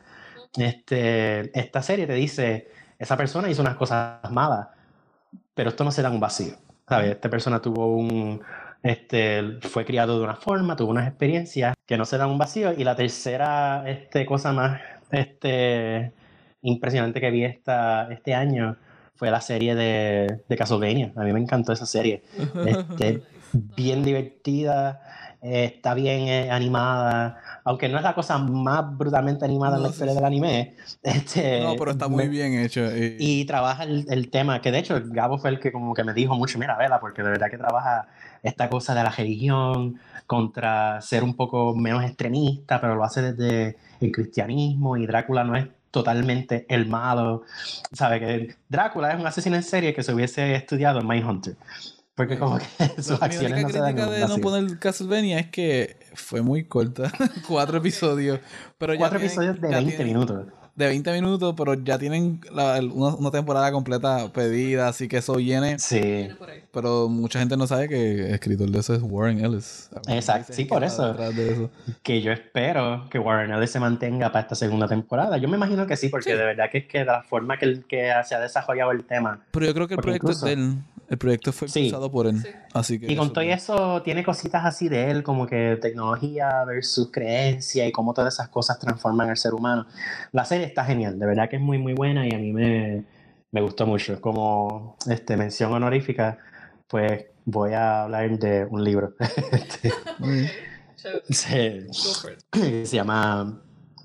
Este, esta serie te dice, esa persona hizo unas cosas malas, pero esto no se da en un vacío. ¿Sabes? Esta persona tuvo un... Este, fue criado de una forma, tuvo unas experiencias que no se dan en un vacío. Y la tercera este, cosa más este, impresionante que vi esta, este año fue la serie de, de Castlevania. A mí me encantó esa serie. Este, bien divertida, eh, está bien eh, animada, aunque no es la cosa más brutalmente animada no, en la historia sí, del anime. Este, no, pero está muy me, bien hecho. Y, y trabaja el, el tema, que de hecho Gabo fue el que como que me dijo mucho, mira, vela, porque de verdad que trabaja esta cosa de la religión contra ser un poco menos extremista, pero lo hace desde el cristianismo, y Drácula no es totalmente el malo. ¿Sabe? Que Drácula es un asesino en serie que se hubiese estudiado en Mindhunter. Porque como que sus Mi acciones única no se dan crítica en de no vacío. poner Castlevania es que fue muy corta. Cuatro episodios. Pero ya Cuatro tienen- episodios de ya veinte tienen- minutos. De veinte minutos, pero ya tienen la- una, una temporada completa pedida, así que eso viene. Sí. Viene por ahí. Pero mucha gente no sabe que el escritor de eso es Warren Ellis. Exacto, sí, por eso. De eso. Que yo espero que Warren Ellis se mantenga para esta segunda temporada. Yo me imagino que sí, porque Sí. de verdad que es que de la forma que, el- que se ha desarrollado el tema. Pero yo creo que el Porque proyecto incluso- es de él. El proyecto fue Sí. impulsado por él. Sí. Así que Y con eso todo es- eso tiene cositas así de él, como que tecnología versus creencia y cómo todas esas cosas transforman al ser humano. La serie está genial, de verdad que es muy muy buena y a mí me, me gustó mucho. Como este, mención honorífica, pues voy a hablar de un libro. Este, Muy bien. Chévere. se, Go for it. se llama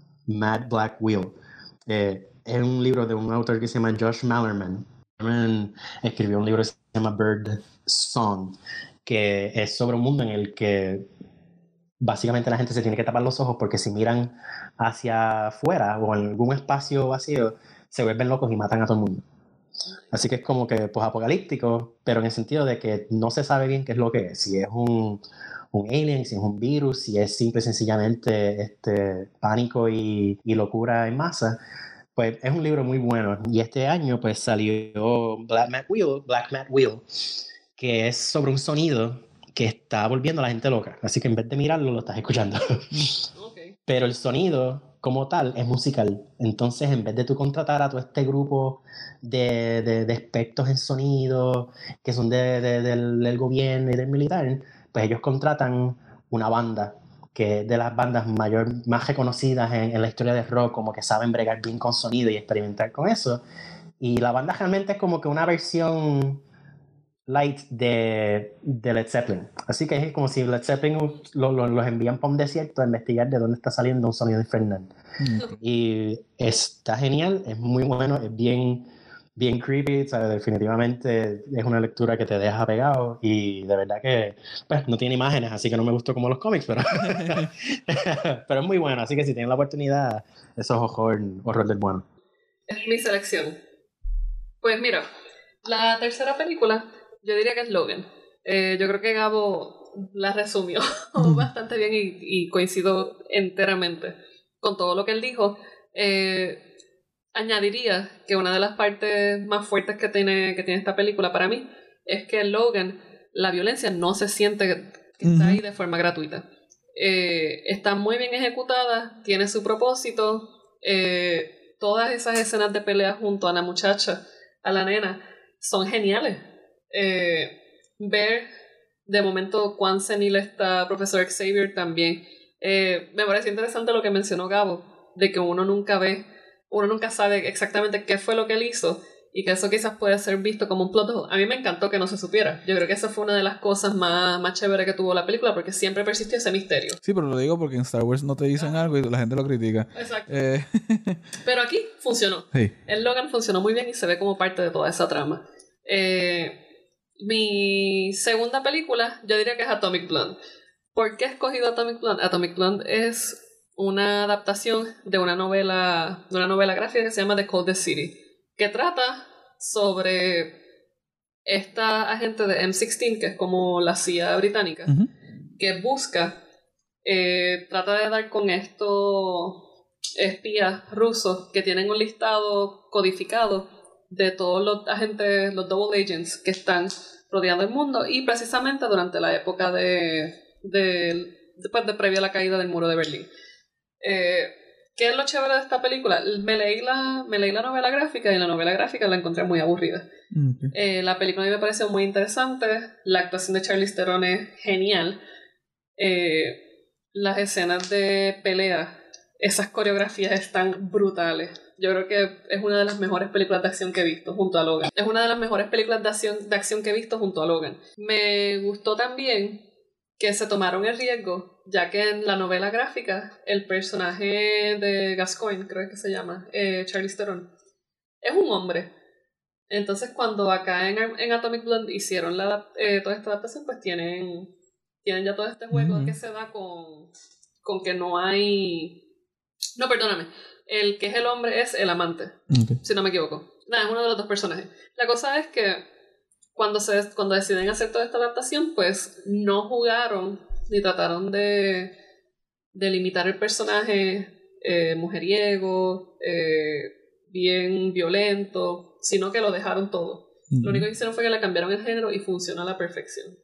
Mad Black Wheel. Eh, es un libro de un autor que se llama Josh Malerman. Malerman escribió un libro que se llama Bird Song, que es sobre un mundo en el que básicamente la gente se tiene que tapar los ojos porque si miran hacia afuera o en algún espacio vacío, se vuelven locos y matan a todo el mundo. Así que es como que posapocalíptico, pero en el sentido de que no se sabe bien qué es lo que es. Si es un, un alien, si es un virus, si es simple y sencillamente este, pánico y, y locura en masa. Pues es un libro muy bueno. Y este año pues salió Black Matt Wheel, Black Matt Wheel, que es sobre un sonido que está volviendo a la gente loca. Así que en vez de mirarlo, lo estás escuchando. Ok. Pero el sonido como tal es musical. Entonces, en vez de tú contratar a todo este grupo de, de, de expertos en sonido que son de, de, del, del gobierno y del militar, pues ellos contratan una banda que es de las bandas mayor, más reconocidas en, en la historia del rock, como que saben bregar bien con sonido y experimentar con eso. Y la banda realmente es como que una versión light de, de Led Zeppelin. Así que es como si Led Zeppelin lo, lo, los envían para un desierto a investigar de dónde está saliendo un sonido infernal. Mm. Y está genial, es muy bueno, es bien, bien creepy, ¿sabes? Definitivamente es una lectura que te deja pegado y de verdad que pues, no tiene imágenes, así que no me gustó como los cómics, pero, pero es muy bueno, así que si tienen la oportunidad, eso es horror, horror del bueno. Es mi selección. Pues mira, la tercera película, yo diría que es Logan. Eh, yo creo que Gabo la resumió bastante bien y, y coincido enteramente con todo lo que él dijo. Eh, añadiría que una de las partes más fuertes que tiene, que tiene esta película para mí es que en Logan la violencia no se siente que está ahí de forma gratuita. Eh, está muy bien ejecutada, tiene su propósito. Eh, todas esas escenas de pelea junto a la muchacha, a la nena, son geniales. Eh, ver de momento cuán senil está Profesor Xavier también. Eh, me parece interesante lo que mencionó Gabo, de que uno nunca ve, uno nunca sabe exactamente qué fue lo que él hizo y que eso quizás puede ser visto como un plot hole. A mí me encantó que no se supiera. Yo creo que esa fue una de las cosas más, más chéveres que tuvo la película porque siempre persistió ese misterio. Sí, pero lo digo porque en Star Wars no te dicen algo y la gente lo critica. Exacto. Eh, Pero aquí funcionó. sí. El Logan funcionó muy bien y se ve como parte de toda esa trama. Eh, mi segunda película, yo diría que es Atomic Blonde. ¿Por qué he escogido Atomic Blonde? Atomic Blonde es una adaptación de una novela, de una novela gráfica que se llama The Coldest City, que trata sobre esta agente de eme dieciséis, que es como la C I A británica, Uh-huh. que busca, eh, trata de dar con estos espías rusos que tienen un listado codificado de todos los agentes, los double agents que están rodeando el mundo, y precisamente durante la época de, de después de previo a la caída del muro de Berlín. Eh, ¿Qué es lo chévere de esta película? Me leí la, me leí la novela gráfica y la novela gráfica la encontré muy aburrida. Okay. Eh, la película a mí me pareció muy interesante, la actuación de Charlize Theron es genial, eh, las escenas de pelea, esas coreografías están brutales. Yo creo que es una de las mejores películas de acción que he visto junto a Logan. Es una de las mejores películas de acción, de acción que he visto junto a Logan. Me gustó también que se tomaron el riesgo, ya que en la novela gráfica el personaje de Gascoigne, creo que se llama, eh, Charlize Theron, es un hombre. Entonces cuando acá en, en Atomic Blonde hicieron la, eh, toda esta adaptación, pues tienen, tienen ya todo este juego Mm-hmm. que se da con, con que no hay No, perdóname. El que es el hombre es el amante, Okay. si no me equivoco. Nada, es uno de los dos personajes. La cosa es que cuando, se, cuando deciden hacer toda esta adaptación, pues no jugaron ni trataron de, de limitar el personaje eh, mujeriego, eh, bien violento, sino que lo dejaron todo. Uh-huh. Lo único que hicieron fue que le cambiaron el género y funcionó a la perfección.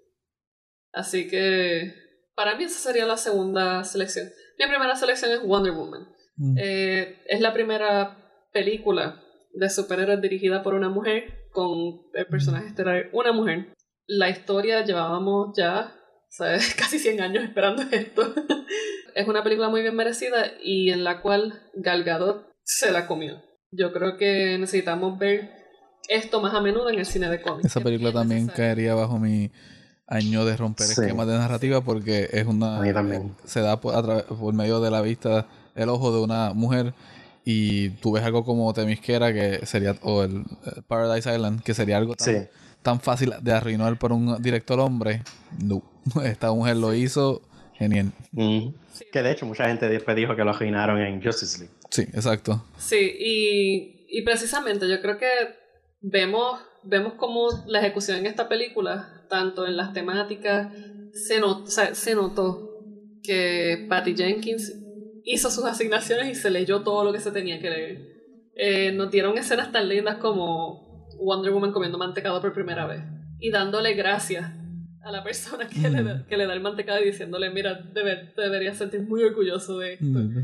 Así que para mí esa sería la segunda selección. Mi primera selección es Wonder Woman. Uh-huh. Eh, es la primera película de superhéroes dirigida por una mujer con el personaje estelar una mujer. La historia llevábamos ya, ¿sabes? casi cien años esperando esto. Es una película muy bien merecida y en la cual Gal Gadot se la comió. Yo creo que necesitamos ver esto más a menudo en el cine de cómics. Esa película también necesario. Caería bajo mi año de romper sí. esquemas de narrativa porque es una... A mí también. Se da por, a través, por medio de la vista, el ojo de una mujer y tú ves algo como Temisquera que sería, o el uh, Paradise Island, que sería algo tan, sí. tan fácil de arruinar por un director hombre. No, esta mujer lo hizo genial. Mm. Sí. Que de hecho mucha gente después dijo que lo arruinaron en Justice League. Sí, exacto. Sí, y, y precisamente yo creo que vemos, vemos como la ejecución en esta película, tanto en las temáticas, se, not, o sea, se notó que Patty Jenkins hizo sus asignaciones y se leyó todo lo que se tenía que leer. Eh, nos dieron escenas tan lindas como Wonder Woman comiendo mantecado por primera vez y dándole gracias a la persona que, mm. le, da, que le da el mantecado y diciéndole, mira, deber, te deberías sentir muy orgulloso de esto. Mm.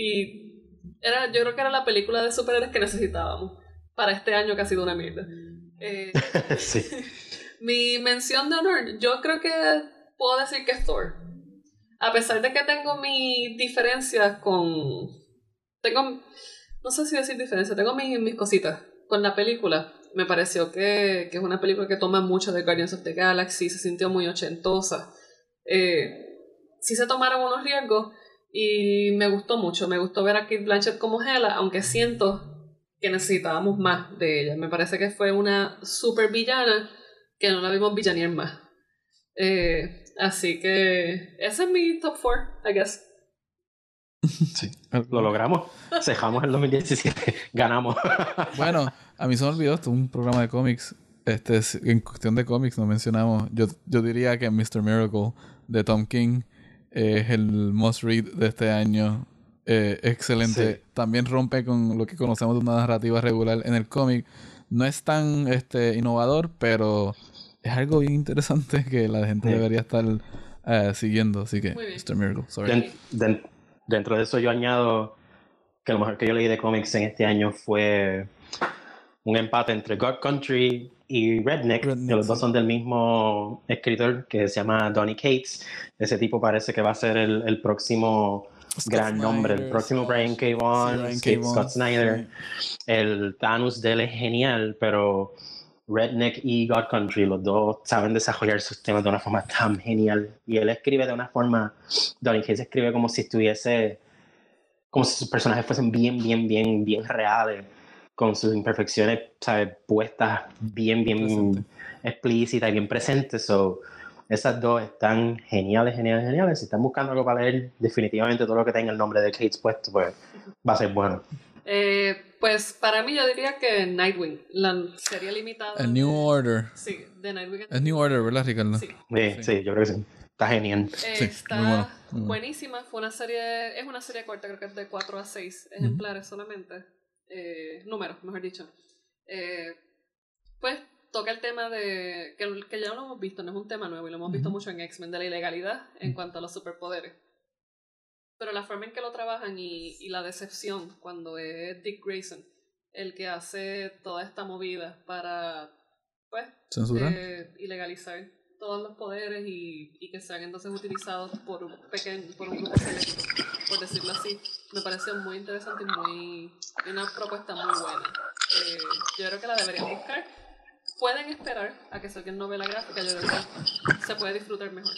Y era, yo creo que era la película de superhéroes que necesitábamos para este año que ha sido una mierda. Eh, sí. Mi mención de honor, yo creo que puedo decir que es Thor. A pesar de que tengo mis diferencias con... Tengo... No sé si decir diferencias, tengo mis, mis cositas con la película. Me pareció que, que es una película que toma mucho de Guardians of the Galaxy, se sintió muy ochentosa. Eh, sí se tomaron unos riesgos y me gustó mucho. Me gustó ver a Kate Blanchett como Hela, aunque siento que necesitábamos más de ella. Me parece que fue una super villana que no la vimos villanear más. Eh, así que ese es mi top four, I guess. Sí, lo logramos. Cejamos el dos mil diecisiete. Ganamos. Bueno, a mí se me olvidó esto, un programa de cómics. Este, en cuestión de cómics no mencionamos. Yo, yo diría que mister Miracle de Tom King eh, es el must read de este año. Eh, excelente. Sí. También rompe con lo que conocemos de una narrativa regular en el cómic. No es tan este, innovador, pero es algo bien interesante que la gente sí. debería estar uh, siguiendo. Así que, mister Miracle, sorry. Den, den, dentro de eso yo añado que lo mejor que yo leí de cómics en este año fue un empate entre God Country y Redneck, Redneck que los sí. dos son del mismo escritor que se llama Donny Cates. Ese tipo parece que va a ser el, el próximo Scott gran Snyder, nombre, el próximo Scott, Brian K. Vaughan, sí, Scott, Scott Snyder. Sí. El Thanos de él es genial, pero Redneck y God Country, los dos saben desarrollar sus temas de una forma tan genial. Y él escribe de una forma, Donny Cates escribe como si estuviese, como si sus personajes fuesen bien, bien, bien, bien reales, con sus imperfecciones, ¿sabes? Puestas bien, bien Presente. explícitas y bien presentes. So, esas dos están geniales, geniales, geniales. Si están buscando algo para leer, definitivamente todo lo que tenga el nombre de Cates puesto, pues va a ser bueno. Eh, pues para mí yo diría que Nightwing, la serie limitada. El New Order. Sí, de Nightwing. Es New Order, ¿verdad, Ricardo? Sí. Sí, sí, sí, yo creo que sí. Está genial. Eh, sí, está muy bueno, muy bueno. buenísima. Fue una serie, es una serie corta, creo que es de cuatro a seis ejemplares uh-huh. solamente. Eh, números, mejor dicho. Eh, pues toca el tema de que, que ya lo hemos visto, no es un tema nuevo y lo hemos uh-huh. visto mucho en X-Men, de la ilegalidad en uh-huh. cuanto a los superpoderes. Pero la forma en que lo trabajan y, y la decepción cuando es Dick Grayson el que hace toda esta movida para pues censurar, eh, ilegalizar todos los poderes y, y que sean entonces utilizados por un pequeño, por un grupo selecto, por decirlo así, me pareció muy interesante y muy una propuesta muy buena. Eh, yo creo que la deberían buscar. Pueden esperar a que salga en novela gráfica, yo creo que se puede disfrutar mejor.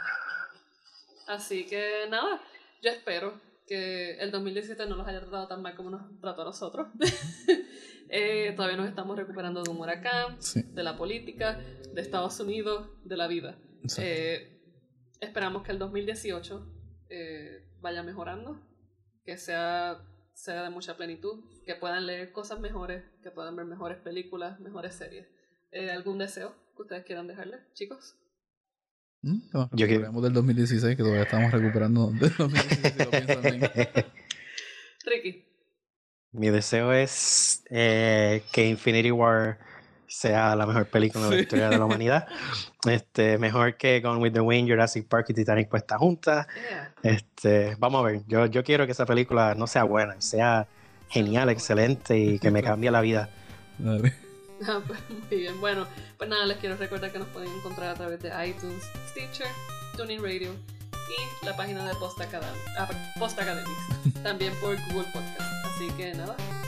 Así que nada, yo espero que el dos mil diecisiete no los haya tratado tan mal como nos trató a nosotros. eh, todavía nos estamos recuperando de un huracán, sí. de la política, de Estados Unidos, de la vida. Eh, esperamos que el dos mil dieciocho eh, vaya mejorando, que sea, sea de mucha plenitud, que puedan leer cosas mejores, que puedan ver mejores películas, mejores series. Eh, ¿Algún deseo que ustedes quieran dejarle, chicos? ¿Mm? No, Yo quiero- hablemos del dos mil dieciséis, que todavía estamos recuperando del dos mil dieciséis, si lo piensan bien. Ricky. Mi deseo es eh, que Infinity War sea la mejor película de la Sí. historia de la humanidad. Este, mejor que Gone with the Wind, Jurassic Park y Titanic puestas juntas. Yeah. Este, vamos a ver, yo, yo quiero que esa película no sea buena, sea genial, excelente y que me cambie la vida. Dale. Ah, pues, muy bien, bueno, pues nada, les quiero recordar que nos pueden encontrar a través de iTunes, Stitcher, TuneIn Radio y la página de Post, Academ- ah, Post Academics, también por Google Podcast. Así que nada,